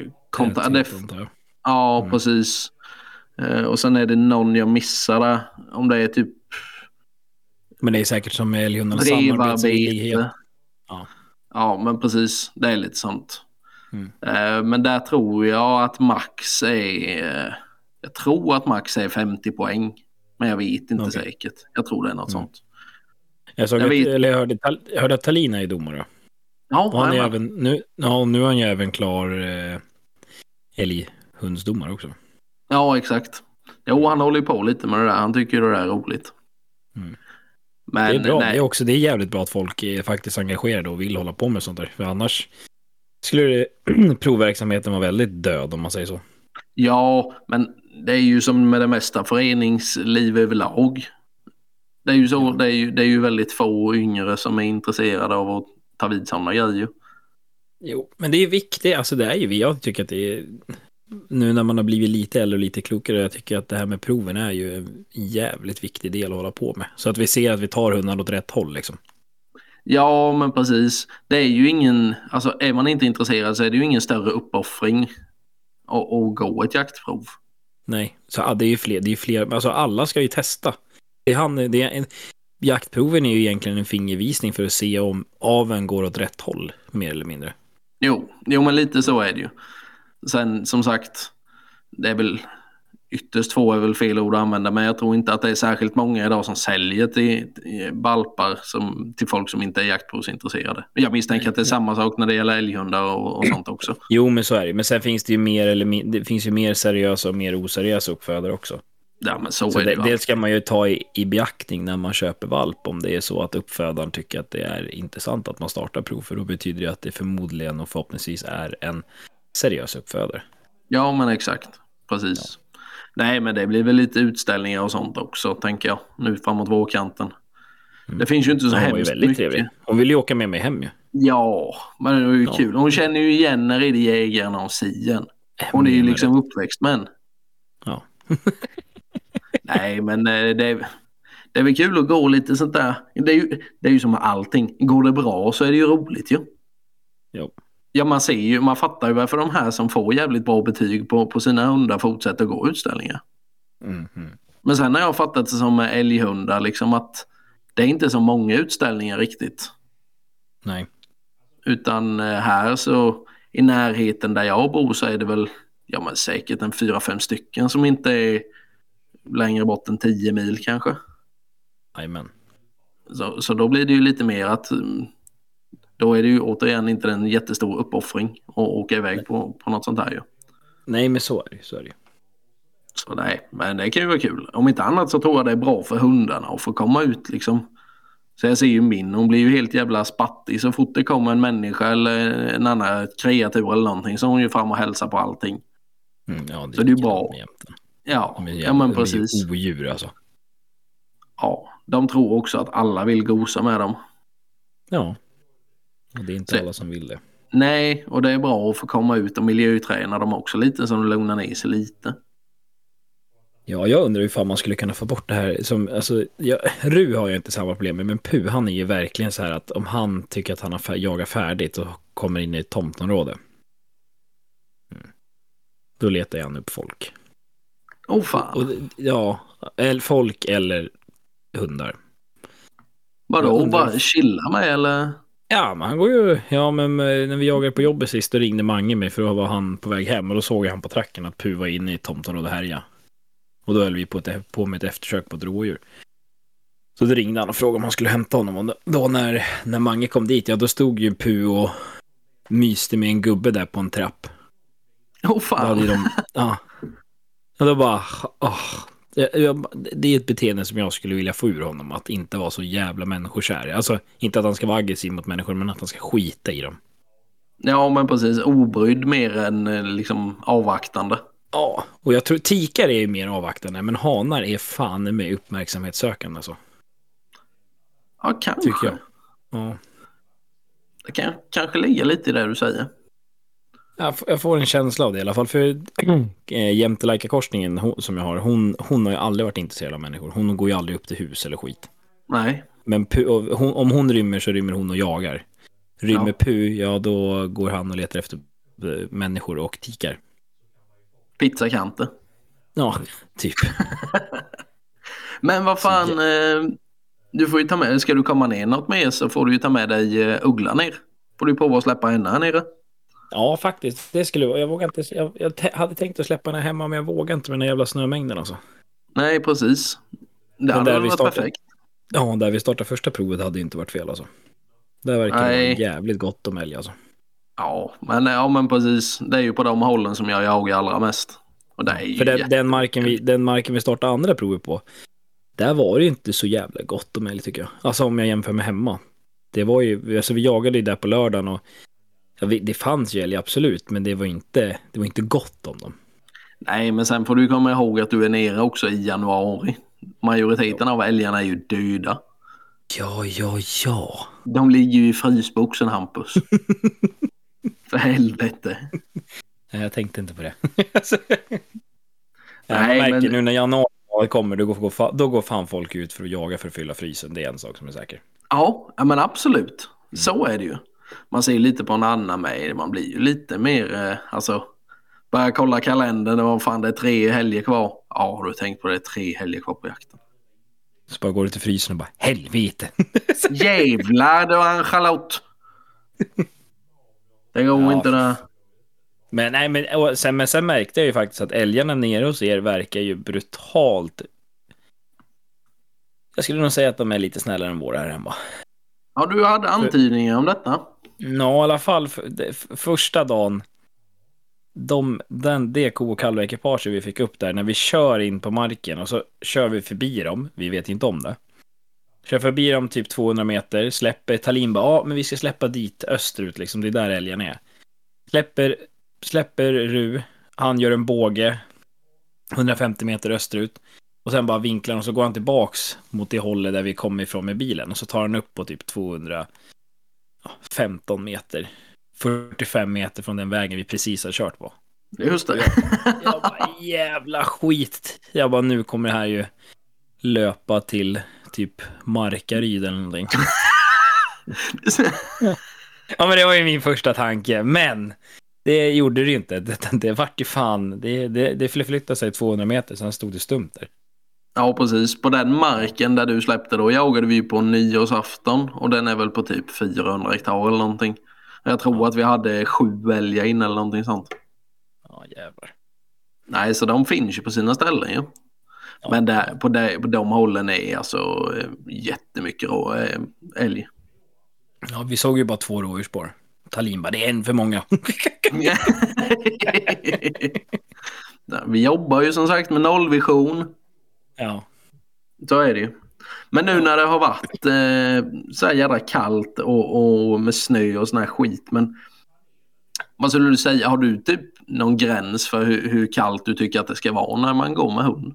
ja, precis. Och sen är det någon jag missar där, om det är typ, men det är säkert som med älghundarna samarbete. Ja, men precis, det är lite sånt. Men där tror jag att max är Jag tror att max är 50 poäng. Men jag vet inte säkert. Jag tror det är något sånt. Jag hörde att Talina är domare. Ja, han är även, nu är han ju även klar älghundsdomare också. Ja, exakt. Jo, han håller ju på lite med det där. Han tycker det där är roligt. Men, det är bra. Det är jävligt bra att folk är faktiskt engagerade och vill hålla på med sånt där. För annars skulle provverksamheten vara väldigt död om man säger så. Ja, men det är ju som med det mesta föreningsliv överlag. Det är ju så, det är ju väldigt få yngre som är intresserade av att ta vid sådana grejer. Jo, men det är viktigt. Alltså det är ju, jag tycker att det är, nu när man har blivit lite äldre och lite klokare, jag tycker att det här med proven är ju en jävligt viktig del att hålla på med. Så att vi ser att vi tar hundarna åt rätt håll liksom. Ja, men precis. Det är ju ingen, alltså är man inte intresserad så är det ju ingen större uppoffring att gå ett jaktprov. Nej, så det är ju fler, alltså alla ska ju testa. Jaktproven är ju egentligen en fingervisning för att se om aveln går åt rätt håll, mer eller mindre. Jo, men lite så är det ju. Sen, som sagt, det är väl ytterst få är väl fel ord att använda, men jag tror inte att det är särskilt många idag som säljer till valpar till folk som inte är jaktprovsintresserade. Jag misstänker att det är samma sak när det gäller älghundar och sånt också. Jo, men så är det. Men sen finns det ju det finns ju mer seriösa och mer oseriösa uppfödare också. Ja, men så är det. Det ska man ju ta i beaktning när man köper valp, om det är så att uppfödaren tycker att det är intressant att man startar prov, för då betyder det att det förmodligen och förhoppningsvis är en seriös uppfödare. Ja, men exakt. Precis. Ja. Nej, men det blir väl lite utställningar och sånt också, tänker jag, nu framåt vårkanten. Det finns ju inte så hemskt mycket. Väldigt trevligt. Hon vill ju åka med mig hem ju. Ja, men det är ju kul. Hon känner ju igen när det är jägarna och sien. Hon är ju liksom uppväxt med en. Ja. Nej, men det är väl kul att gå lite sånt där. Det är ju som med allting. Går det bra så är det ju roligt ju. Jo. Ja, man fattar ju varför de här som får jävligt bra betyg på sina hundar fortsätter gå utställningar. Men sen har jag fattat det som med älghundar liksom, att det är inte så många utställningar riktigt. Nej. Utan här så i närheten där jag bor så är det väl säkert en 4-5 stycken som inte är längre bort än 10 mil kanske. Amen. Så då blir det ju lite mer att då är det ju återigen inte en jättestor uppoffring att åka iväg på något sånt här ju. Nej, men så är det. Så nej, men det kan ju vara kul. Om inte annat så tror jag det är bra för hundarna att få komma ut liksom. Så jag ser ju hon blir ju helt jävla spattig så fort det kommer en människa eller en annan kreatur eller någonting, så hon ju fram och hälsar på allting. Ja, så det är ju bra. Ja, men precis. De är odjur alltså. Ja, de tror också att alla vill gosa med dem. Ja, och det är inte alla som vill det. Nej, och det är bra att få komma ut och miljöträna dem också lite, så de lugnar ner sig lite. Ja, jag undrar ifall man skulle kunna få bort det här. Ru har jag inte samma problem med, men Pu, han är ju verkligen så här att om han tycker att han har jagat färdigt och kommer in i ett tomtområde, då letar han upp folk. Fan. Folk eller hundar. Vadå? Bara chilla med eller? Ja, men han går ju... Ja, men när vi jagade på jobbet sist, då ringde Mange mig, för då var han på väg hem och då såg jag han på tracken att Pu var inne i tomtområdet här, ja. Och då höll vi på med ett eftersök på ett rådjur. Så då ringde han och frågade om han skulle hämta honom. Och då när Mange kom dit, då stod ju Pu och myste med en gubbe där på en trapp. Fan. Och då bara... det är ett beteende som jag skulle vilja få ur honom, att inte vara så jävla människokär. Alltså, inte att han ska vara aggressiv mot människor, men att han ska skita i dem. Ja, men precis. Obrydd mer än liksom avvaktande. Ja, och jag tror tikar är mer avvaktande, men hanar är fan med uppmärksamhetssökande alltså. Ja, kanske. Tycker jag. Ja. Det kan kanske ligga lite i det du säger. Jag får en känsla av det i alla fall, för jämtelajka-korsningen som jag har, hon har ju aldrig varit intresserad av människor. Hon går ju aldrig upp till hus eller skit. Nej. Men om hon rymmer så rymmer hon och jagar. Rymmer Pu, då går han och letar efter människor och tikar. Pizzakanter. Ja, typ. Men vad fan, du får ju ta med, ska du komma ner något mer så får du ju ta med dig Uggla ner. Får du prova att släppa henne här nere. Ja, faktiskt. Det skulle jag vågar inte. Jag hade tänkt att släppa den här hemma, men jag vågar inte med den jävla snömängden alltså. Nej, precis. Det hade varit perfekt. Ja, där vi startade första provet hade inte varit fel alltså. Det verkar vara jävligt gott om älg alltså. Ja, men precis. Det är ju på de hållen som jag jagar allra mest. Och det är ju för den marken vi startade andra provet på, där var det inte så jävla gott om älg tycker jag. Alltså om jag jämför med hemma. Det var ju, alltså vi jagade ju där på lördagen och det fanns ju älg absolut, men det var inte gott om dem. Nej, men sen får du komma ihåg att du är nere också i januari. Majoriteten av älgarna är ju döda. Ja. De ligger ju i frysboxen, Hampus. För helvete. Nej, jag tänkte inte på det. Nej, jag märker nu när januari kommer, då går fan folk ut för att jaga för att fylla frysen. Det är en sak som är säker. Ja, men absolut. Så är det ju. Man ser lite på en annan med. Man blir ju lite mer, börja kolla kalendern. Vad fan, det är 3 helger kvar. Ja, har du tänkt på det? 3 helger kvar på jakten. Så bara går du till frysen och bara, helvete. Jävlar, det var en Charlotte. Det går inte där. Men sen märkte jag ju faktiskt att älgarna nere hos er verkar ju brutalt. Jag skulle nog säga att de är lite snällare än våra här hemma. Ja, du hade antydningar om detta. Ja, i alla fall första dagen. Det ko- och kalveekipaget vi fick upp där, när vi kör in på marken och så kör vi förbi dem, vi vet inte om det. Kör förbi dem typ 200 meter, släpper Talin bara, men vi ska släppa dit österut liksom, det är där älgen är. Släpper Ru, han gör en båge 150 meter österut och sen bara vinklar och så går han tillbaks mot det hållet där vi kom ifrån med bilen och så tar han upp på typ 215 meter 45 meter från den vägen vi precis har kört på. Just det. Jag bara, jävla skit. Jag bara, nu kommer det här ju löpa till typ Markaryd eller någonting. Ja, men det var ju min första tanke. Men det gjorde det ju inte. Det vart ju fan. Det flyttade sig 200 meter, sen stod det stumt där. Ja, precis. På den marken där du släppte då jagade vi på nyårsafton. Och den är väl på typ 400 hektar eller någonting. Jag tror att vi hade 7 älgar in eller någonting sånt. Ja, jävlar. Nej, så de finns ju på sina ställen ju. Ja. Men på de hållen är alltså jättemycket älg. Ja, vi såg ju bara 2 rådjursspår. Talin bara, det är en för många. Vi jobbar ju som sagt med nollvision. Ja. Så är det ju. Men nu när det har varit så här jävla kallt och med snö och sån här skit, men vad skulle du säga, har du typ någon gräns för hur kallt du tycker att det ska vara när man går med hund?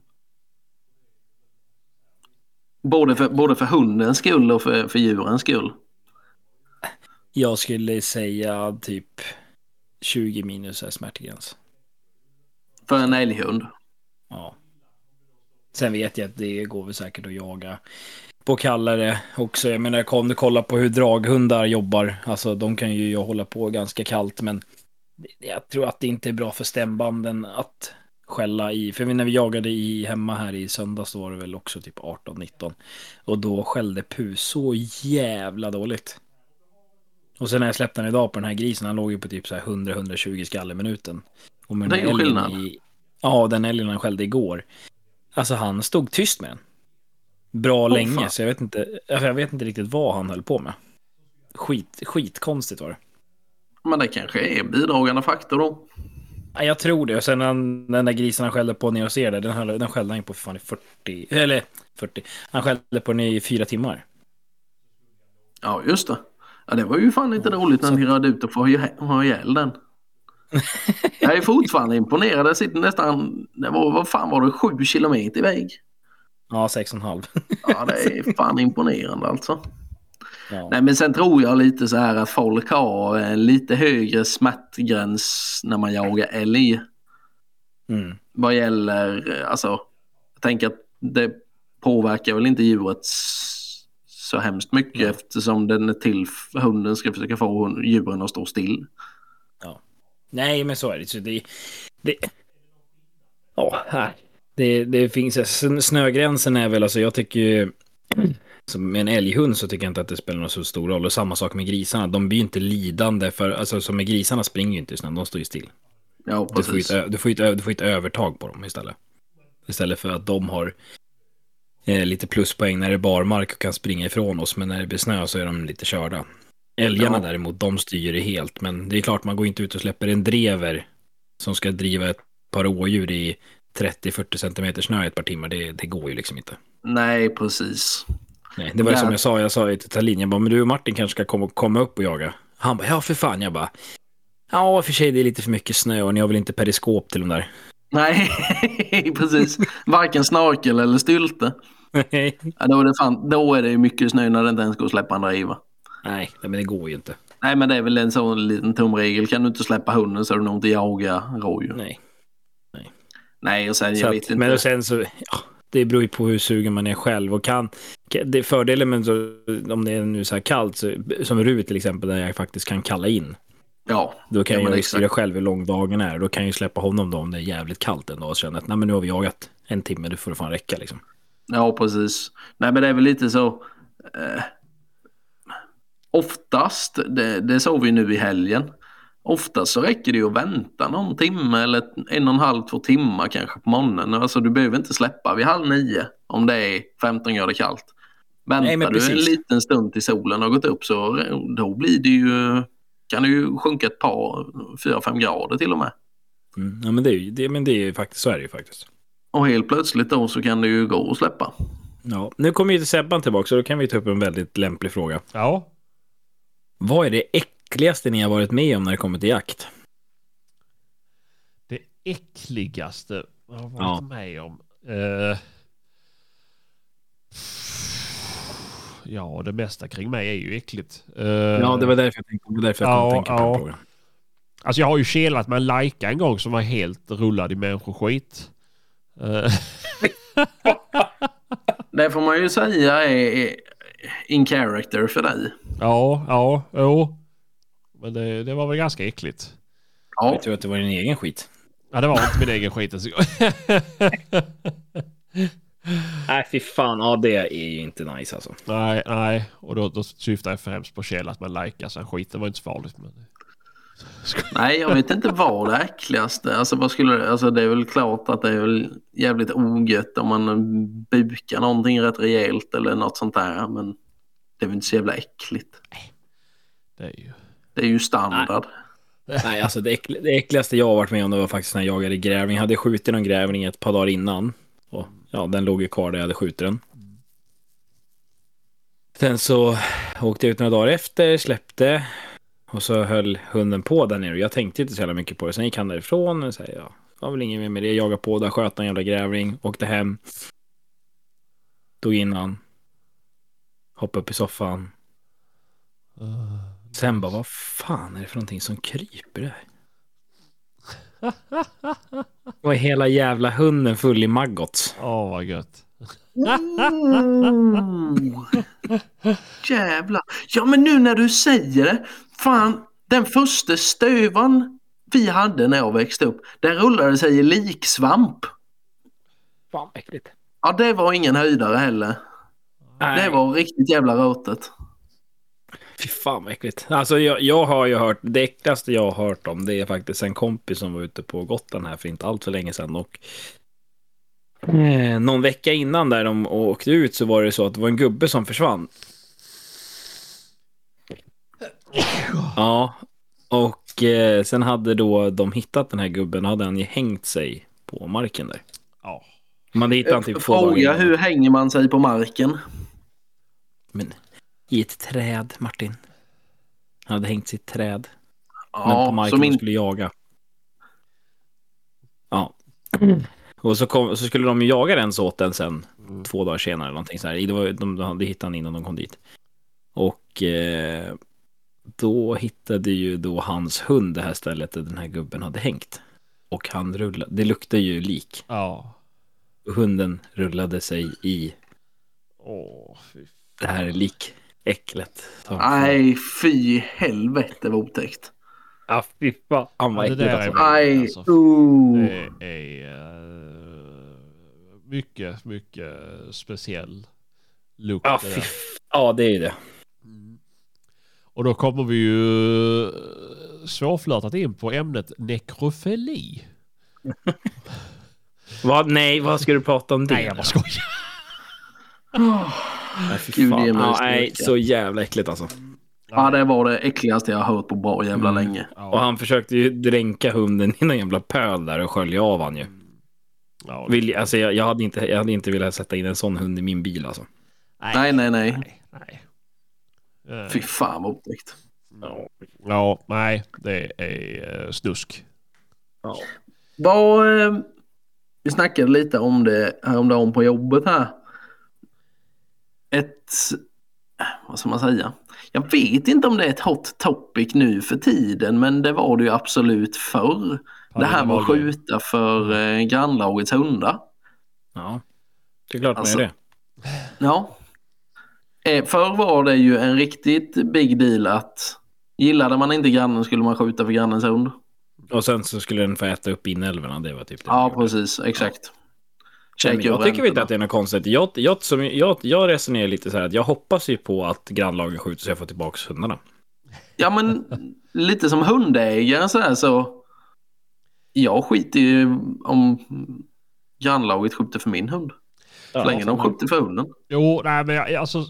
Både för hundens skull och för djurens skull. Jag skulle säga typ 20 minus är smärtgräns. För en älghund? Ja. Sen vet jag att det går väl säkert att jaga på kallare också. Jag menar, om du kollar på hur draghundar jobbar. Alltså de kan ju hålla på ganska kallt, men jag tror att det inte är bra för stämbanden att skälla i. För när vi jagade hemma här i söndags så var det väl också typ 18-19. Och då skällde Pu så jävla dåligt. Och sen när jag släppte den idag på den här grisen, han låg ju på typ så här 100-120 skall i minuten. Och med det är ju skillnad. Ja, den älgen han skällde igår. Alltså han stod tyst med den. Bra länge, fan. Så jag vet inte riktigt vad han höll på med. Skitkonstigt var det. Men det kanske är bidragande faktor då. Ja, jag tror det. Och sen den där grisen han skällde på när jag ser det, den skällde han på för fan i 40. Han skällde på den i 4 timmar. Ja, just det. Ja, det var ju fan inte roligt när ni rörde ut och få ha ihjäl den. Jag är fortfarande imponerad. Jag sitter nästan, vad fan var det, 7 kilometer iväg? Ja, 6,5. Ja, det är fan imponerande alltså. Ja. Nej, men sen tror jag lite så här att folk har en lite högre smärtgräns när man jagar älg. Mm. Vad gäller, alltså, jag tänker att det påverkar väl inte djuret så hemskt mycket eftersom den är till hunden ska försöka få djuren att stå still. Ja. Nej, men så är det. Så det finns snögränsen är väl, alltså jag tycker ju Så med en älghund så tycker jag inte att det spelar någon så stor roll. Och samma sak med grisarna. De blir ju inte lidande för, alltså som med grisarna springer ju inte i snön, de står ju still. Ja, precis. Du får ett övertag på dem istället. Istället för att de har lite pluspoäng när det är barmark och kan springa ifrån oss. Men när det blir snö så är de lite körda. Älgarna däremot, de styr det helt. Men det är klart, man går inte ut och släpper en drever som ska driva ett par rådjur i 30-40 centimeter snö i ett par timmar. Det går ju liksom inte. Nej, precis. Nej, det var ju som jag sa till Tallin, jag bara, men du och Martin kanske ska komma upp och jaga. Han bara, ja för fan, jag bara, ja för sig det är lite för mycket snö och ni har väl inte periskop till dem där. Nej, precis. Varken snorkel eller stylte. Nej. Ja, då är det mycket snö när det inte ens går att släppa en driva. Nej, men det går ju inte. Nej, men det är väl en sån liten tumregel. Kan du inte släppa hunden så är du nog inte jaga rådjur. Nej, och sen jag vet inte. Men sen så, ja, det beror ju på hur sugen man är själv och det är fördelen med om det är nu så här kallt så, som Rut till exempel där jag faktiskt kan kalla in. Ja. Då kan jag styra själv hur lång dagen är. Då kan jag ju släppa honom då om det är jävligt kallt en dag och känna att nej men nu har vi jagat en timme, det får det fan räcka liksom. Ja, precis. Nej, men det är väl lite så oftast, det såg vi nu i helgen. Oftast så räcker det ju att vänta någon timme eller 1,5-2 timmar kanske på morgonen. Alltså du behöver inte släppa vid 8:30 om det är 15 grader kallt. Väntar du en liten stund till solen har gått upp så då blir det ju, kan det ju sjunka ett par 4-5 grader till och med. Ja men det är ju faktiskt, så är det ju faktiskt. Och helt plötsligt då så kan det ju gå att släppa. Ja, nu kommer ju till Sebban tillbaka så då kan vi ta upp en väldigt lämplig fråga. Ja. Vad är det äckligaste ni har varit med om när det kommer till jakt? Det äckligaste jag har varit med om? Ja, det mesta kring mig är ju äckligt. Ja, det var därför jag tänkte, tänka på den frågan. Alltså jag har ju kelat med en Leica en gång som var helt rullad i människoskit. Det får man ju säga är in character för dig. Ja. Men det var väl ganska äckligt. Ja. Jag tror att det var din egen skit. Ja, det var inte min egen skit. Nej, fy fan. Ja, det är ju inte nice alltså. Nej. Och då syftar jag främst på kelat med Leica. Så skiten var inte så farligt. Men... Nej, jag vet inte vad det äckligaste. Alltså, det är väl klart att det är väl jävligt ogött om man bukar någonting rätt rejält eller något sånt där. Men det är väl inte så jävla äckligt. Det är ju standard. Nej, alltså det äckligaste jag har varit med om det var faktiskt när jag jagade grävling. Jag hade skjutit någon grävling ett par dagar innan. Och ja, den låg ju kvar där jag hade skjutit den. Sen så åkte jag ut några dagar efter, släppte. Och så höll hunden på där nere. Och jag tänkte inte så jävla mycket på det. Sen gick han därifrån och sa jag var väl ingen med det. Jag jagade på där, sköt en jävla grävling. Åkte hem. Tog in han. Hoppade upp i soffan. Sen bara, vad fan är det för någonting som kryper där? Och hela jävla hunden full i maggots. Vad gött. Jävlar. Ja, men nu när du säger det. Fan, den första stövan vi hade när jag växte upp, den rullade sig i liksvamp. Fan, äckligt. Ja, det var ingen höjdare heller. Nej. Det var riktigt jävla rötet. Fy fan vad äckligt. Alltså jag har ju hört, det äckligaste jag har hört om det är faktiskt en kompis som var ute på Gotland här för inte allt för länge sedan och någon vecka innan där de åkte ut så var det så att det var en gubbe som försvann. Ja, och sen hade då de hittat den här gubben och hade han ju hängt sig på marken där. Ja. Man hade hittat typ 2 dagar fråga, hur hänger man sig på marken? Men i ett träd, Martin. Han hade hängt sig i ett träd. Ja, men på marken som skulle jaga. Ja. Och så skulle de ju jaga den så åt den sen 2 dagar senare eller någonting så här. De hade hittat den innan de kom dit. Och då hittade ju då hans hund det här stället där den här gubben hade hängt. Och han rullade. Det luktade ju lik. Ja. Och hunden rullade sig i fy. Det här likäcklet. Nej, fy helvete vad otäckt. Ja, fy fan. Han var äckligt alltså. Det är mycket, mycket speciell lukt. Ja, det är ju det. Och då kommer vi ju svårflörtat in på ämnet nekrofili. Vad ska du prata om det? Nej, jag bara skojar. Nej, fy fan. Nej, så jävla äckligt alltså. Ja, det var det äckligaste jag har hört på bra jävla länge. Ja. Och han försökte ju dränka hunden i någon jävla pöl där och skölja av han ju. Ja, Alltså, jag hade inte velat sätta in en sån hund i min bil alltså. Nej. Nej. Fy fan vad otäckt. Ja, nej, det är snusk. Ja. Vi snackade lite om det häromdagen på jobbet här. Vad ska man säga? Jag vet inte om det är ett hot topic nu för tiden, men det var det ju absolut förr. Det här med att skjuta för grannlagets hundar. Ja, det är klart man är det. Ja. Förr var det ju en riktigt big deal att gillade man inte grannen skulle man skjuta för grannens hund. Och sen så skulle den få äta upp inälvorna, det var typ det. Ja, precis. Exakt. Jag tycker inte att det är något konstigt. Jag resonerar lite så här att jag hoppas ju på att grannlagen skjuter så jag får tillbaka hundarna. Ja, men lite som hundägare så här så jag skiter ju om grannlaget skjuter för min hund. Så länge de skjuter för hunden. Jo, nej men alltså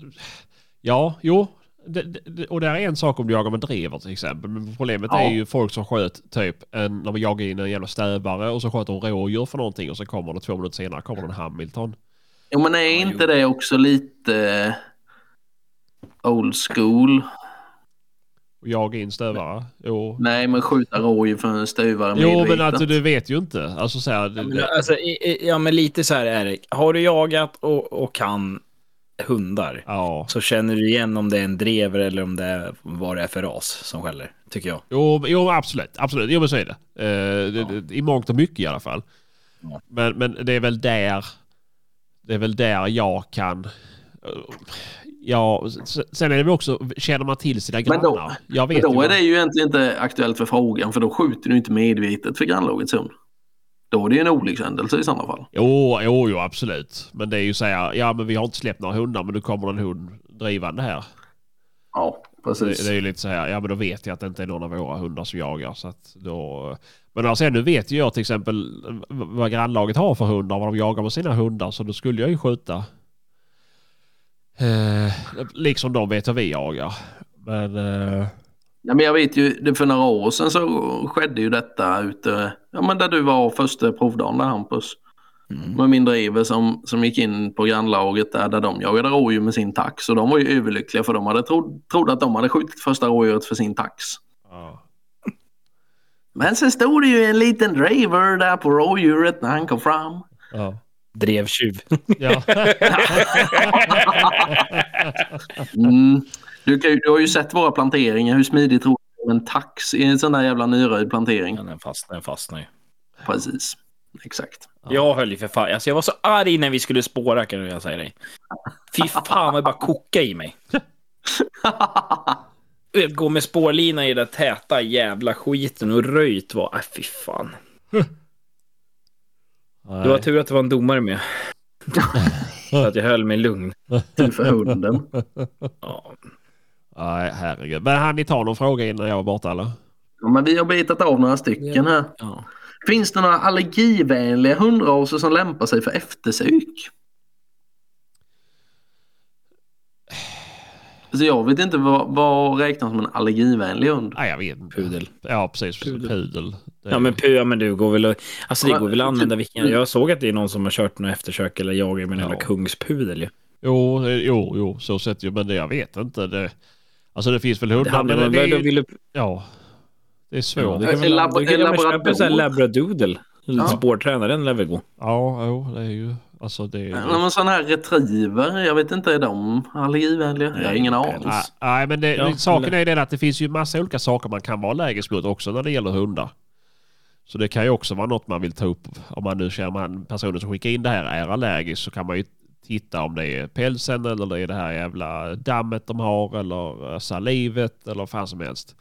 och det är en sak om du jagar med drever till exempel. Men problemet är ju folk som sköt typ när vi jagar in en jävla stävare och så sköt de rådjur för någonting och så kommer det 2 minuter senare kommer en Hamilton. Jo, men är inte det också lite old school? Jaga in stövare? Jo. Nej, men skjuta rådjur för en stövare. Jo, men alltså du vet ju inte. Alltså så här, men lite så här är det. Har du jagat och kan hundar så känner du igen om det är en drever eller om det är vad det är för ras som skäller, tycker jag. Jo, absolut. Jo, men så är det. I mångt och mycket i alla fall. Ja. Men det är väl där jag kan... Ja, sen är det också, känner man till sina grannar. Men då är det ju egentligen inte aktuellt för frågan, för då skjuter du inte medvetet för grannlagets hund. Då är det ju en olyckshändelse i sådana fall. Jo, absolut. Men det är ju så här, men vi har inte släppt några hundar, men nu kommer en hund drivande här. Ja, precis. Det är ju lite så här, men då vet jag att det inte är någon av våra hundar som jagar. Så att då... Men alltså, nu vet ju jag till exempel vad grannlaget har för hundar, vad de jagar med sina hundar, så då skulle jag ju skjuta. Liksom de vet att vi jagar. Men... Ja, men jag vet ju, för några år sedan så skedde ju detta ute, men där du var första provdagen där, Hampus. Med min driver som gick in på grannlaget där de jagade rådjur med sin tax. Och de var ju överlyckliga för de hade trodde att de hade skjutit första rådjuret för sin tax. Men sen stod det ju en liten driver där på rådjuret när han kom fram. Drevtjuv. Ja. Du har ju sett våra planteringar. Hur smidigt tror du en tax i en sån där jävla nyröjd plantering? Ja, den fastnar ju. Precis. Exakt. Jag höll ju för fan. Alltså jag var så arg när vi skulle spåra, kan jag säga dig. Fy fan, vad jag bara koka i mig. Gå med spårlina i det täta jävla skiten och röjt var. Fy fan. Det var tur att det var en domare med. Så att jag höll mig lugn. Till för hunden. Ja. Nej, herregud. Men hann ni ta någon fråga innan jag var borta, eller? Ja, men vi har betat av några stycken här. Ja. Finns det några allergivänliga hundraser som lämpar sig för eftersök? Så jag vet inte vad räknas som en allergivänlig hund. Nej, jag vet inte. Pudel. Ja, precis. Pudel. Ja, men du går väl... Alltså det går väl att använda vilken... Jag såg att det är någon som har kört någon eftersök eller jagar med en jävla kungspudel ju. Jo, så sett ju. Men det, jag vet inte. Alltså det finns väl hundar. Det är svårt. Det kan man köpa en labradoodle. Spårtränare, den lär väl gå. Ja, det är ju... Alltså det är... Men sån här retriever, jag vet inte, är de allergivänliga? Jag har ingen aning. Nej, men saken är den att det finns ju massa olika saker man kan vara allergisk mot också när det gäller hundar. Så det kan ju också vara något man vill ta upp. Om man nu känner att personen som skickar in det här är allergisk, så kan man ju titta om det är pälsen eller det är det här jävla dammet de har eller salivet eller vad fan som helst.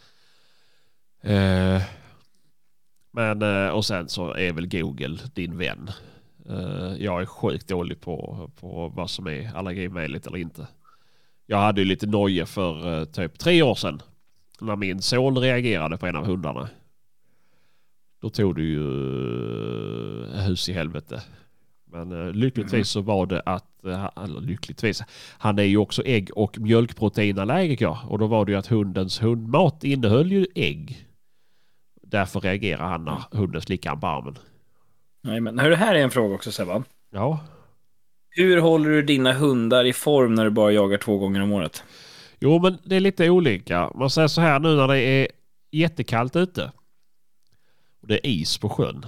Men och sen så är väl Google din vän. Jag är sjukt dålig på vad som är allergivänligt eller inte. Jag hade ju lite noje för typ 3 år sedan. När min son reagerade på en av hundarna. Då tog det ju hus i helvete. Men lyckligtvis så var det att, eller lyckligtvis, han är ju också ägg- och mjölkproteinallergiker. Och då var det ju att hundens hundmat innehöll ju ägg. Därför reagerar han när hunden slickar på armen. Nej, men det här är en fråga också, Sebban. Ja. Hur håller du dina hundar i form när du bara jagar 2 gånger om året? Jo, men det är lite olika. Man säger så här nu när det är jättekallt ute. Och det är is på sjön.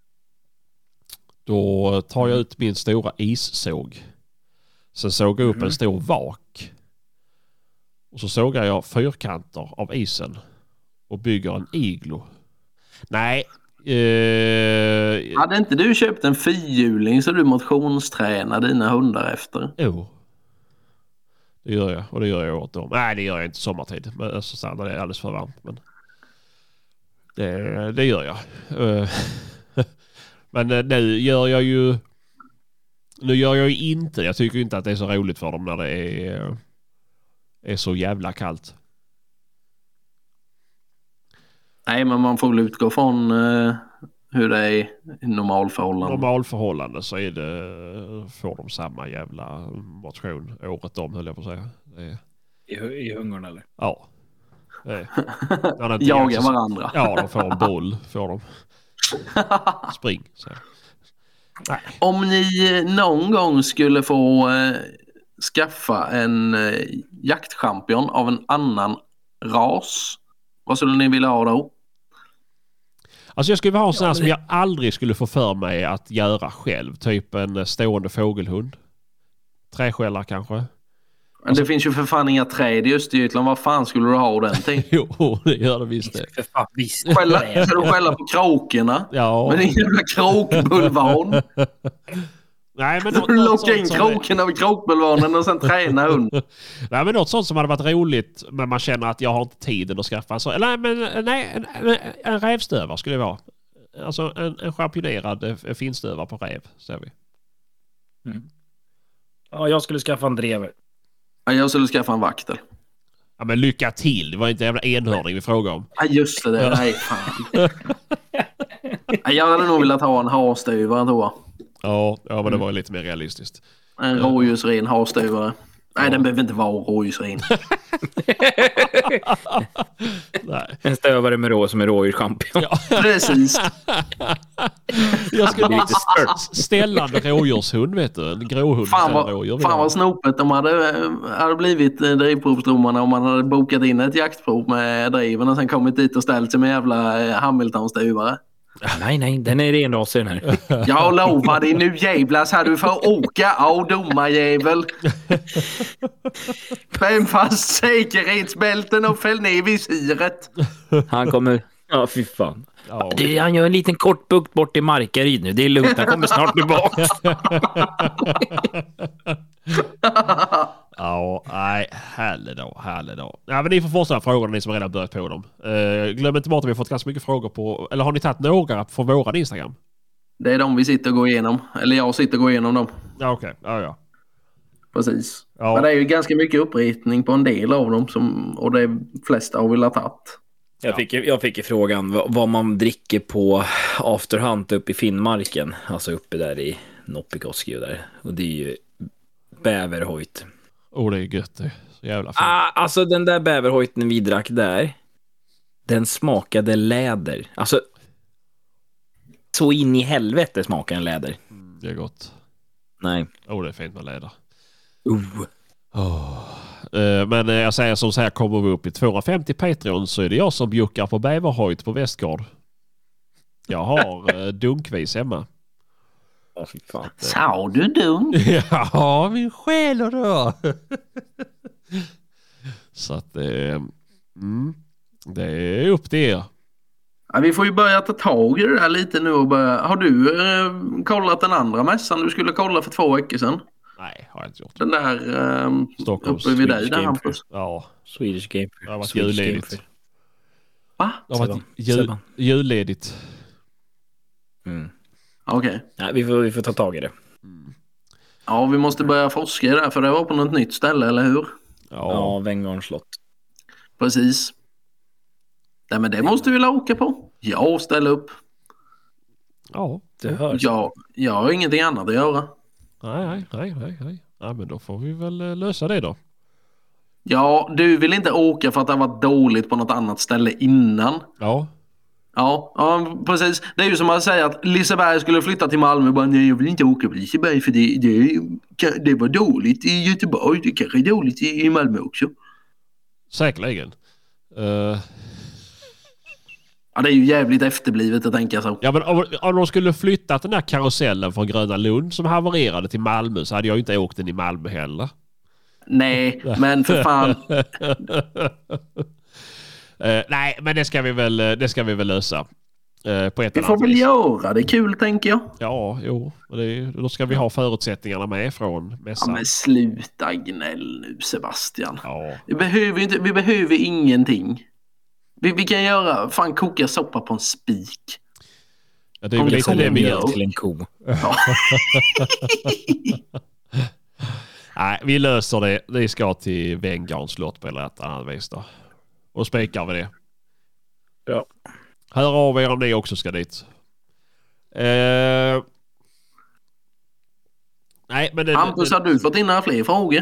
Då tar jag ut min stora issåg. Sen sågar jag upp en stor vak. Och så sågar jag fyrkanter av isen. Och bygger en iglo. Nej. Hade inte du köpt en fyrhjuling så du motionstränar dina hundar efter? Jo. Det gör jag. Och det gör jag åt dem. Nej, det gör jag inte sommartid. Men alltså, så när det är alldeles för varmt. Men det gör jag. Men nu gör jag ju... Nu gör jag ju inte. Jag tycker inte att det är så roligt för dem när det är så jävla kallt. Nej, men man får väl utgå från hur det är i normalförhållanden. Normalförhållanden så är det, får de samma jävla motion året om, höll jag på att säga. I hungern eller? Ja. Jagar varandra. Ja, de får en boll. Får de. Spring. Så. Nej. Om ni någon gång skulle få skaffa en jaktchampion av en annan ras, vad skulle ni vilja ha då? Alltså jag skulle vilja ha en sån här som jag aldrig skulle få för mig att göra själv. Typ en stående fågelhund. Träskällare kanske. Men det finns ju för fan inga träd i Östergötland. Vad fan skulle du ha den till? Jo, det gör det visst det. För fan, visst. Ska du skälla på kråkorna? Ja. Men det är en jävla kråkbulvan. Nej, men du lockar in kråkorna vid kråkbulvanen och sen träna hund. Nej, men något sånt som hade varit roligt, men man känner att jag har inte tiden att skaffa. Så, en rävstövare skulle det vara. Alltså en championerad finstövare på räv, ser vi. Ja, jag skulle skaffa en drever. Ja, jag skulle skaffa en vaktel. Ja, men lycka till. Det var inte en jävla enhörning vi frågade om. Ja, just det. Nej, fan. Jag hade nog velat ha en harstuvare, tror jag. Ja, men det var lite mer realistiskt. En rådjursren harstuvare. Nej, den behöver inte vara rådjursren. Nej. En stövare som är rådjurschampion. Ja. Precis. Jag skulle bli ställande rådjurshund, vet du. En gråhund. Fan vad snopet de hade blivit drivprovsdomarna om man hade bokat in ett jaktprov med driven och sen kommit dit och ställt sig med jävla Hamilton-stuvare. Nej, den är renrasig den här. Jag lovar dig, nu jävlas här du får åka av domarjävel. Spänn fast säkerhetsbälten och fäll ner visiret. Han kommer... Ja, fy fan. Ja. Han gör en liten kort bukt bort i Markaryd nu. Det är lugnt, han kommer snart tillbaka. Ja, nej, härlig dag. Ja, men ni får fortsätta frågorna, ni som redan börjat på dem. Glöm inte bort att vi har fått ganska mycket frågor på, eller har ni tagit några på våran Instagram? Det är de vi sitter och går igenom, eller jag sitter och går igenom dem. Ja, okej. Ja. Precis. Ja. Men det är ju ganska mycket uppritning på en del av dem och de flesta har velat tagit. Jag fick i frågan vad man dricker på afterhunt uppe i Finnmarken. Alltså uppe där i Noppikoski och där. Och det är ju bäverhojt. Det är gött det. Så jävla fint. Alltså den där bäverhojten vi drack där, den smakade läder. Alltså så in i helvete smakar en läder. Det är gott. Nej. Det är fint med läder. Men jag säger som så här, kommer vi upp i 250 Patreon så är det jag som bjuckar på bäverhojt på Västgård. Jag har dunkvis hemma. Fy fan. Sa du dunk? Ja, min själ och då. Så att det är upp till er. Ja, vi får ju börja ta tag i det där lite nu och börja. Har du kollat den andra mässan du skulle kolla för 2 veckor sedan? Nej, har jag inte gjort. Den där Stockholms uppe vid dig där, Hampus. Ja. Swedish Game Fair. Det har varit julledigt. Va? Det har varit julledigt. Okej. Ja, vi får ta tag i det. Ja, vi måste börja forska i det här, för det var på något nytt ställe, eller hur? Ja, Venngarns slott. Precis. Nej, men det måste vi åka på. Jag ställer upp. Ja. Det hörs. Jag har ingenting annat att göra. Nej. Ja, men då får vi väl lösa det då. Ja, du vill inte åka för att det har varit dåligt på något annat ställe innan. Ja. Ja, precis. Det är ju som att säga att Liseberg skulle flytta till Malmö och bara, nej, jag vill inte åka på Liseberg för det var dåligt i Göteborg. Det kanske är dåligt i Malmö också. Säkerligen. Ja, det är ju jävligt efterblivet att tänka så. Ja, men om de skulle flyttat den här karusellen från Gröna Lund som havererade till Malmö, så hade jag inte åkt den i Malmö heller. Nej, men för fan. Nej, men det ska vi väl lösa. På ett Vi får väl göra det kul, tänker jag. Ja, jo. Då ska vi ha förutsättningarna med från mässan. Ja, men sluta gnäll nu, Sebastian. Ja. Vi behöver ingenting. Vi kan koka soppa på en spik. Ja, det är väl lite det vi gör. Till en ko. Ja. Nej, vi löser det. Vi ska till Venngarns slott på ett annat vis då. Och spikar vi det. Ja. Hör av er om ni också ska dit. Nej, men Hampus, har du fått in några fler frågor?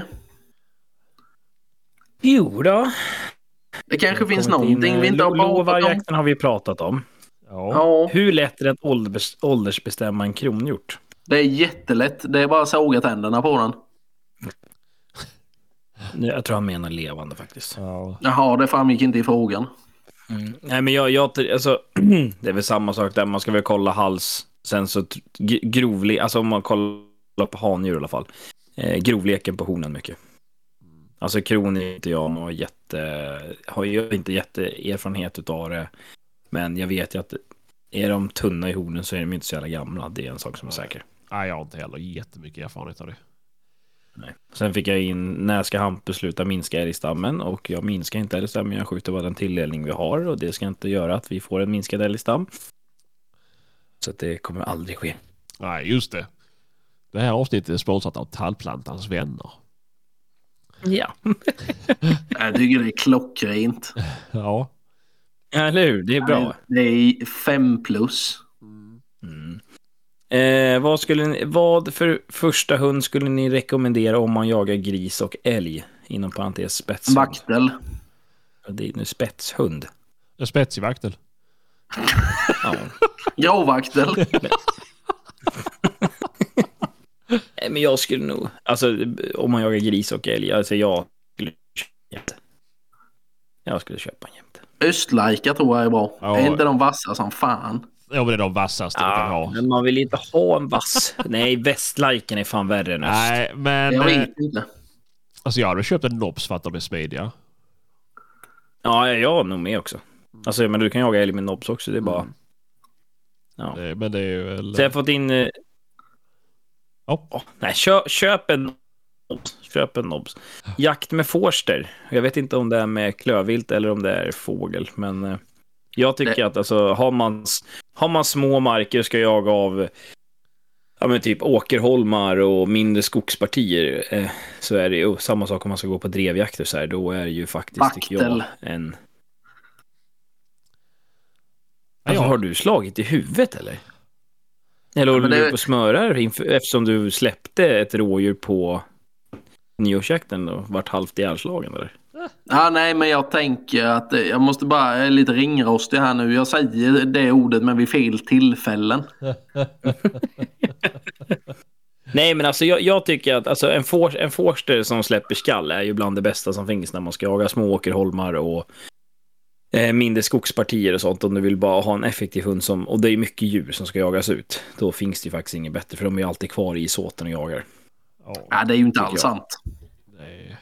Jo då. Det kanske finns någonting vi inte har pratat om. Lovarjakten har vi pratat om. Ja. Hur lätt är det att åldersbestämma en kronhjort? Det är jättelätt. Det är bara att såga tänderna på den. Jag tror han menar levande faktiskt. Ja. Jaha, det framgick inte i frågan. Nej, men jag alltså, det är väl samma sak där. Man ska väl kolla hals. Sen så grovlig, alltså om man kollar på handjur i alla fall. Grovleken på honen mycket. Alltså kron är inte jag har ju inte jätteerfarenhet utav det. Men jag vet ju att är de tunna i hornen så är de inte så jävla gamla. Det är en sak som är säker. Nej, jag har inte heller jättemycket erfarenhet av det. Nej. Sen fick jag in när ska Hampus sluta minska älgstammen, och jag minskar inte älgstammen, jag skjuter bara den tilldelning vi har, och det ska inte göra att vi får en minskad älgstam. Så att det kommer aldrig ske. Nej, just det. Det här avsnittet är sponsrat av Tallplantans vänner. Ja. Jag tycker det är klockrent. Ja. Eller hur? Det är bra. Det är 5+. Vad för första hund skulle ni rekommendera om man jagar gris och älg? Inom parentes spetshund. Vaktel. Det är nu spetshund. En spetsig vaktel. Ja. Gravvaktel. Men jag skulle nog, alltså om man jagar gris och älg, alltså jag skulle köpa en jämte. Östlajka tror jag är bra. Ja. Är inte de vassa som fan? Ja, men det är de vassaste du kan ha. Men man vill inte ha en vass. Nej, västlajken är fan värre än öst. Nej, men... Jag vet inte. Alltså jag hade köpt en nobs för att de är smidiga. Ja, jag är nog med också. Alltså, men du kan jaga älg med nobs också, det är bara... Ja. Men det är ju väl... Så jag har fått in... Nej, köp en nobs. Köp en nobs. Jakt med forster. Jag vet inte om det är med klövvilt eller om det är fågel, men jag tycker att alltså, har man små marker och ska jaga av typ åkerholmar och mindre skogspartier, så är det ju samma sak om man ska gå på drevjakter så här, då är det ju faktiskt tycker jag en... Alltså, har du slagit i huvudet eller? Eller håller du på att smöra eftersom du släppte ett rådjur på nyårsjakten och vart halvt ihjälslagen eller? Ja, nej, men jag tänker att jag måste bara är lite ringrostig här nu. Jag säger det ordet men vid fel tillfällen. Nej, men alltså jag tycker att alltså, en forster som släpper skall är ju bland det bästa som finns när man ska jaga små åkerholmar och mindre skogspartier och sånt. Om du vill bara ha en effektiv hund och det är mycket djur som ska jagas ut, då finns det ju faktiskt inget bättre, för de är ju alltid kvar i såten och jagar. Ja, det är ju inte alls sant. Nej.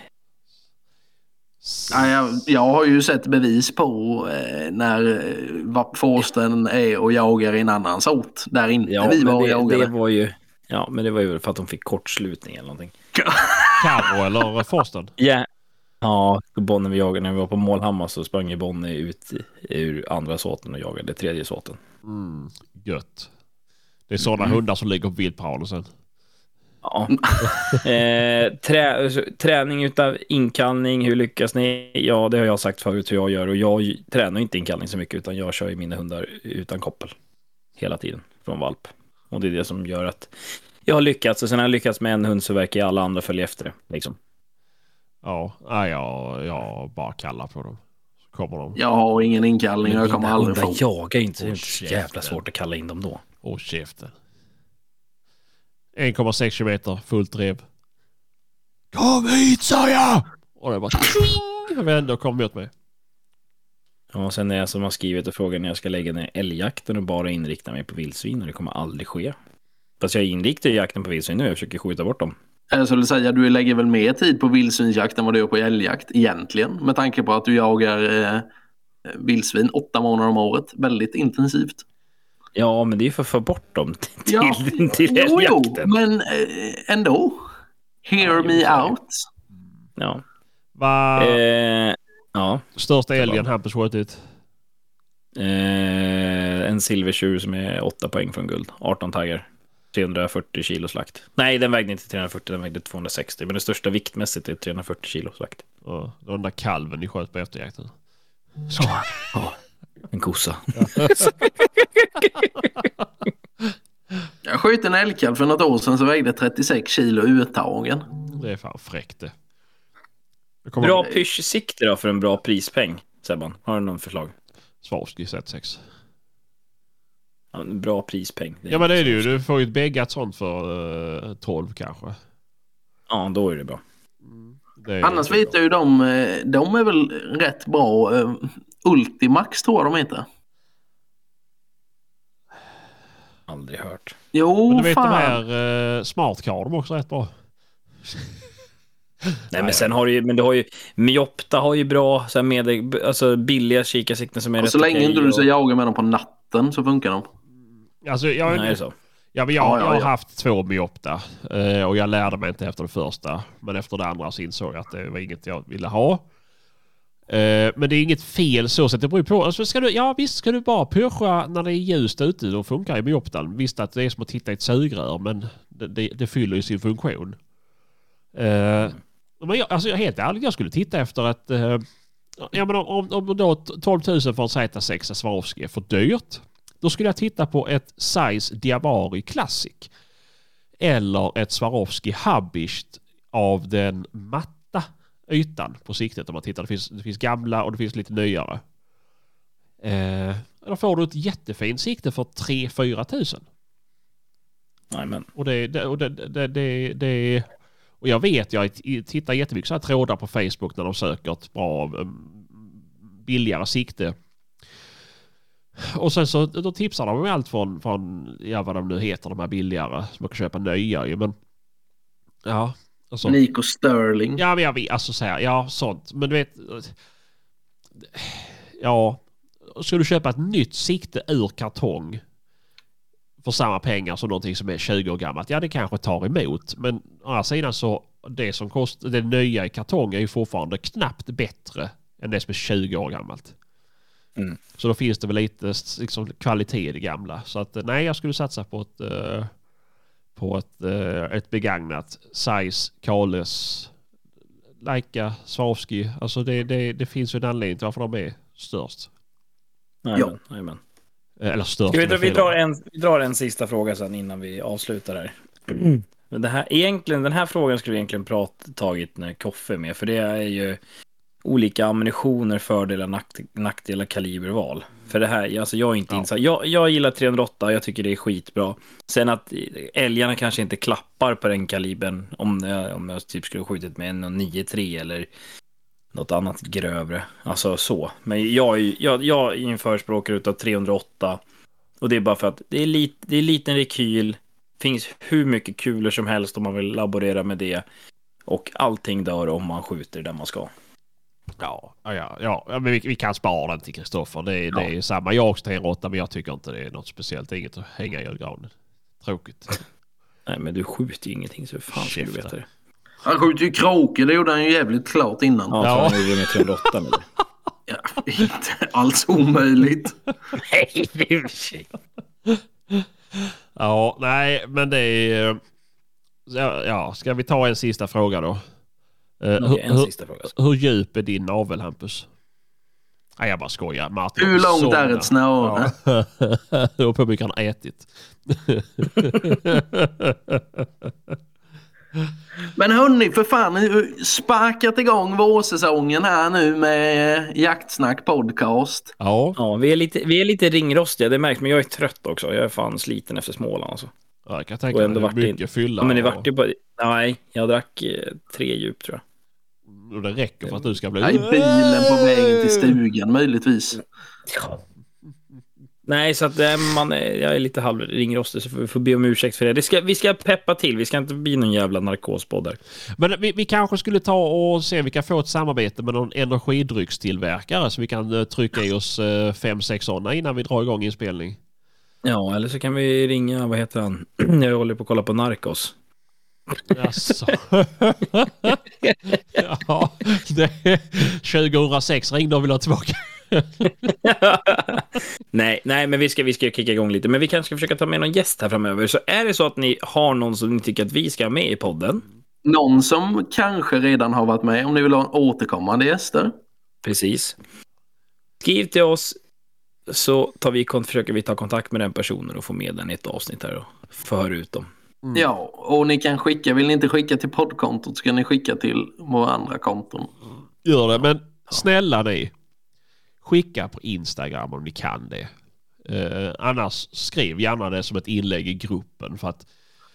Ja, jag har ju sett bevis på när forsten är och jagar i en annan sort där inte vi var och jagade. Det var ju, ja, men det var ju för att de fick kortslutning eller någonting. Carro eller forsten? Yeah. Ja, Bonnie vi jagade när vi var på Målhammar, så sprang Bonnie ut ur andra såten och jagade tredje såten. Gött. Det är sådana hundar som ligger på viltparaden sen. Ja. Träning utav inkallning, hur lyckas ni? Ja, det har jag sagt förut hur jag gör. Och jag tränar inte inkallning så mycket, utan jag kör ju mina hundar utan koppel. Hela tiden, från valp. Och det är det som gör att jag har lyckats. Och sen har jag lyckats med en hund så verkar alla andra följa efter det. Liksom. Ja, jag bara kallar på dem. Så kommer de. Jag har ingen inkallning, jag kommer aldrig få. Jagar inte, det är så jävla svårt att kalla in dem då. Åh, käften. 1,6 kilometer, fullt drev. Kom hit, sa jag! Och det bara... Jag vände och kom mot mig. Ja, och sen är jag som har skrivit och frågat när jag ska lägga ner älgjakten och bara inrikta mig på vildsvin, och det kommer aldrig ske. Fast jag inriktar jakten på vildsvin nu, jag försöker skjuta bort dem. Jag skulle säga, du lägger väl mer tid på vildsvinsjakt än vad du gör på älgjakt egentligen. Med tanke på att du jagar vildsvin 8 månader om året. Väldigt intensivt. Ja, men det är för att få bort dem till älgjakten. Jo, men ändå. Hear me out. Ja. Ja. Största älgen Hampus skjutit? En silvertjur som är 8 poäng från guld. 18 taggar. 340 kilo slakt. Nej, den vägde inte 340, den vägde 260. Men det största viktmässigt är 340 kilo slakt. Ja, det var den där kalven ni sköt på efterjakten. Ja, en kossa. Jag sköt en älgkalv för något år sedan så vägde 36 kilo uttagen. Det är fan fräckt det. Bra pyschsikte då för en bra prispeng, Sebban. Har du någon förslag? Swarovski Z6. Ja, en bra prispeng. Ja, men det är det ju. Du får ju ett beggat sånt för 12 kanske. Ja, då är det bra. Annars vet jag ju de är väl rätt bra. Ultimax tror jag de heter. Aldrig hört. Jo, men du vet fan. De här smartcar, de är också rätt bra. Nej, men sen har du ju, men du har ju Miopta har ju bra så här med, alltså billiga kikarsikten som är och rätt. Så länge inte du så jagar med dem på natten så funkar de. Alltså jag Nej, så. Ja, men jag har haft 2 Miopta och jag lärde mig inte efter det första, men efter det andra så insåg jag att det var inget jag ville ha. Men det är inget fel så att det beror på. Alltså ska du bara pusha när det är ljust ute, då funkar ju Mioptan. Visst att det är som att titta i ett sugrör, men det fyller ju sin funktion. Men jag helt ärligt, jag skulle titta efter att om då 12 000 för en Z6 Swarovski är för dyrt, då skulle jag titta på ett Zeiss Diabari Classic eller ett Swarovski Hubished av den matta ytan på siktet. Om man tittar, det finns gamla och det finns lite nyare. Då får du ett jättefint sikte för 3-4 tusen. Amen. Och jag vet, jag tittar jättemycket så här trådar på Facebook när de söker ett bra, billigare sikte. Och sen så då tipsar de med allt från vad de nu heter, de här billigare som man kan köpa nya ju, men ja, alltså, Nico Sterling. Ja, men jag vet, alltså så här, ja, sånt. Men du vet, ja, ska du köpa ett nytt sikte ur kartong för samma pengar som någonting som är 20 år gammalt, ja, det kanske tar emot. Men å andra sidan så det som kostar, det nya i kartong är ju fortfarande knappt bättre än det som är 20 år gammalt. Mm. Så då finns det väl lite liksom, kvalitet i det gamla. Så att nej, jag skulle satsa på ett begagnat Zeiss, Kahles, Leica, Swarovski. Alltså det finns ju en anledning till varför de är störst. Amen. Eller störst. Vi drar en sista fråga sen innan vi avslutar här. Men den här frågan skulle vi egentligen tagit när Koffe är med, för det är ju olika ammunitioner, fördelar, nackdelar, kaliberval. För det här, alltså jag är inte insatt. Jag gillar 308, jag tycker det är skitbra. Sen att älgarna kanske inte klappar på den kalibern om jag typ skulle skjutit med en 9.3 eller något annat grövre. Alltså så. Men jag är en förespråkare utav 308. Och det är bara för att det är liten rekyl. Finns hur mycket kulor som helst om man vill laborera med det. Och allting dör om man skjuter där man ska. Ja, men vi kan spara den till Kristoffer. Det är samma. Jag också 308, men jag tycker inte det är något speciellt. Det är inget att hänga i julgranen. Tråkigt. Nej, men du skjuter ju ingenting, så fan ska du veta det. Han skjuter ju kråkor, det gjorde han ju jävligt klart innan. Ja, så han gjorde med 308 med det. Ja, inte alls omöjligt. Nej, Ja, nej, men det är... Ja, ska vi ta en sista fråga då? Sista fråga. Hur djup är din navel, Hampus? Nej, jag bara skojar. Martin, hur långt är ett snöre? Ja. Hur mycket han har ätit. Men hörni, för fan, sparkat igång vårsäsongen här nu med Jaktsnack podcast. Ja, vi är lite ringrostiga, det märks, men jag är trött också. Jag är fan sliten efter Småland alltså. Ja, jag kan tänka mig att mycket fylla. Ja, men det vart ju nej, jag drack 3 djup tror jag. Och det räcker för att du ska bli... Nej, bilen på vägen till stugan möjligtvis. Ja. Nej, så att jag är lite halvringrostig, så vi får be om ursäkt för det. Vi ska peppa till, vi ska inte bli någon jävla narkospodd där. Men vi kanske skulle ta och se om vi kan få ett samarbete med någon energidryckstillverkare så vi kan trycka i oss 5-6 sådana innan vi drar igång inspelning. Ja, eller så kan vi ringa, vad heter han? Jag håller på att kolla på Narcos. Jaså. Ja, 2006 ringde och vill ha tillbaka. nej, men vi ska kicka igång lite. Men vi kanske ska försöka ta med någon gäst här framöver. Så är det så att ni har någon som ni tycker att vi ska ha med i podden? Någon som kanske redan har varit med, om ni vill ha återkommande gäster. Precis. Skriv till oss, så försöker vi ta kontakt med den personen och få med den i ett avsnitt här och föra ut dem. Mm. Ja, och ni kan vill ni inte skicka till poddkontot så kan ni skicka till våra andra konton. Gör det, men snälla ni, skicka på Instagram om ni kan det. Annars skriv gärna det som ett inlägg i gruppen, för att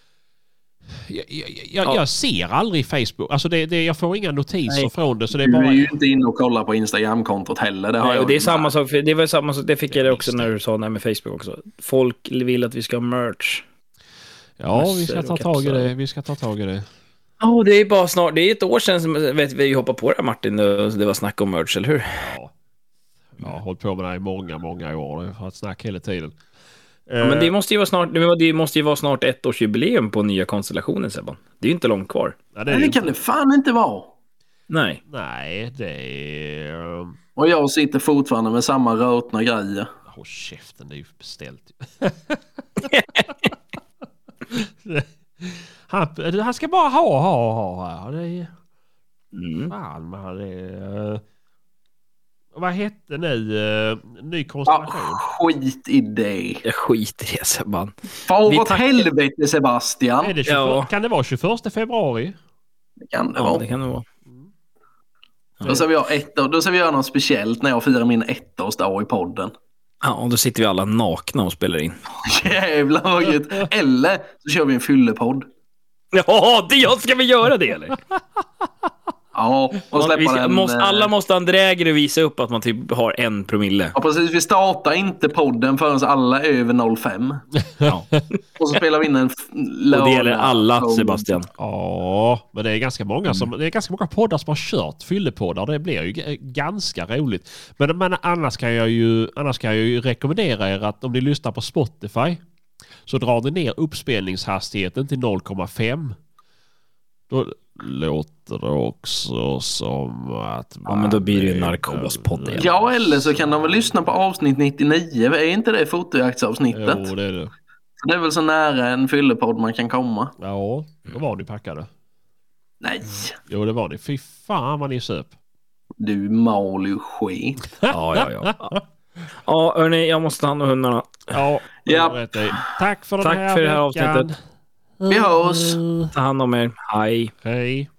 jag ser aldrig Facebook. Alltså jag får inga notiser från det, så det är bara... Du är ju inte inne och kollar på Instagram-kontot heller. Det är samma sak, det var samma sak, det fick jag också när du sa med Facebook också. Folk vill att vi ska ha merch. Ja, vi ska ta tag i det. Ja, det är bara snart, det är ett år sedan som vi hoppade på det, Martin, det var snack om merch, eller hur? Ja. Jag har hållit på med det här i många år. Jag har ett snack hela tiden. Ja, men det måste ju vara snart 1-årsjubileum på nya konstellationen, Sebban. Det är ju inte långt kvar. Nej, det kan det fan inte vara. Nej, det är... Och jag sitter fortfarande med samma rötna grejer. Håll käften, det är ju beställt. Han ska bara ha. Det är... Fan, man, det är... Vad hette nu? Ny konstellation? Skit i det. Jag skiter i det, Sebban. Fan åt helvete, Sebastian. Är det kan det vara 21 februari? Det kan det vara. Det kan det vara. Då ska vi göra något speciellt när jag firar min 1-årsdag i podden. Ja, och då sitter vi alla nakna och spelar in. Jävlar vad gött. Eller så kör vi en fyllepodd. Ja, ska vi göra det, eller? Ja, och släppa alla måste ha en drägare och visa upp att man typ har 1 promille. Ja, precis. Vi startar inte podden förrän alla är över 0,5. Ja. Och så spelar vi in en och det gäller alla, Sebastian. Ja, men det är ganska många det är ganska många poddar som har kört fyllepoddar. Det blir ju ganska roligt. Men annars kan jag ju rekommendera er att om ni lyssnar på Spotify så drar ni ner uppspelningshastigheten till 0,5. Då låter det också som att... Ja, men då blir det ju narkospodd igen. Ja, eller så kan de väl lyssna på avsnitt 99. Är inte det fotojaktsavsnittet? Jo, det är det. Det är väl så nära en fyllepodd man kan komma. Ja, då var ni packade. Nej. Jo, det var ni. Fy fan vad ni söp. Du mal ju skit. Ja. Ja, hörni, jag måste ta hand om hundarna. Ja. Tack för den här avsnittet. Vi hörs. Ta hand om er. Hej. Hej.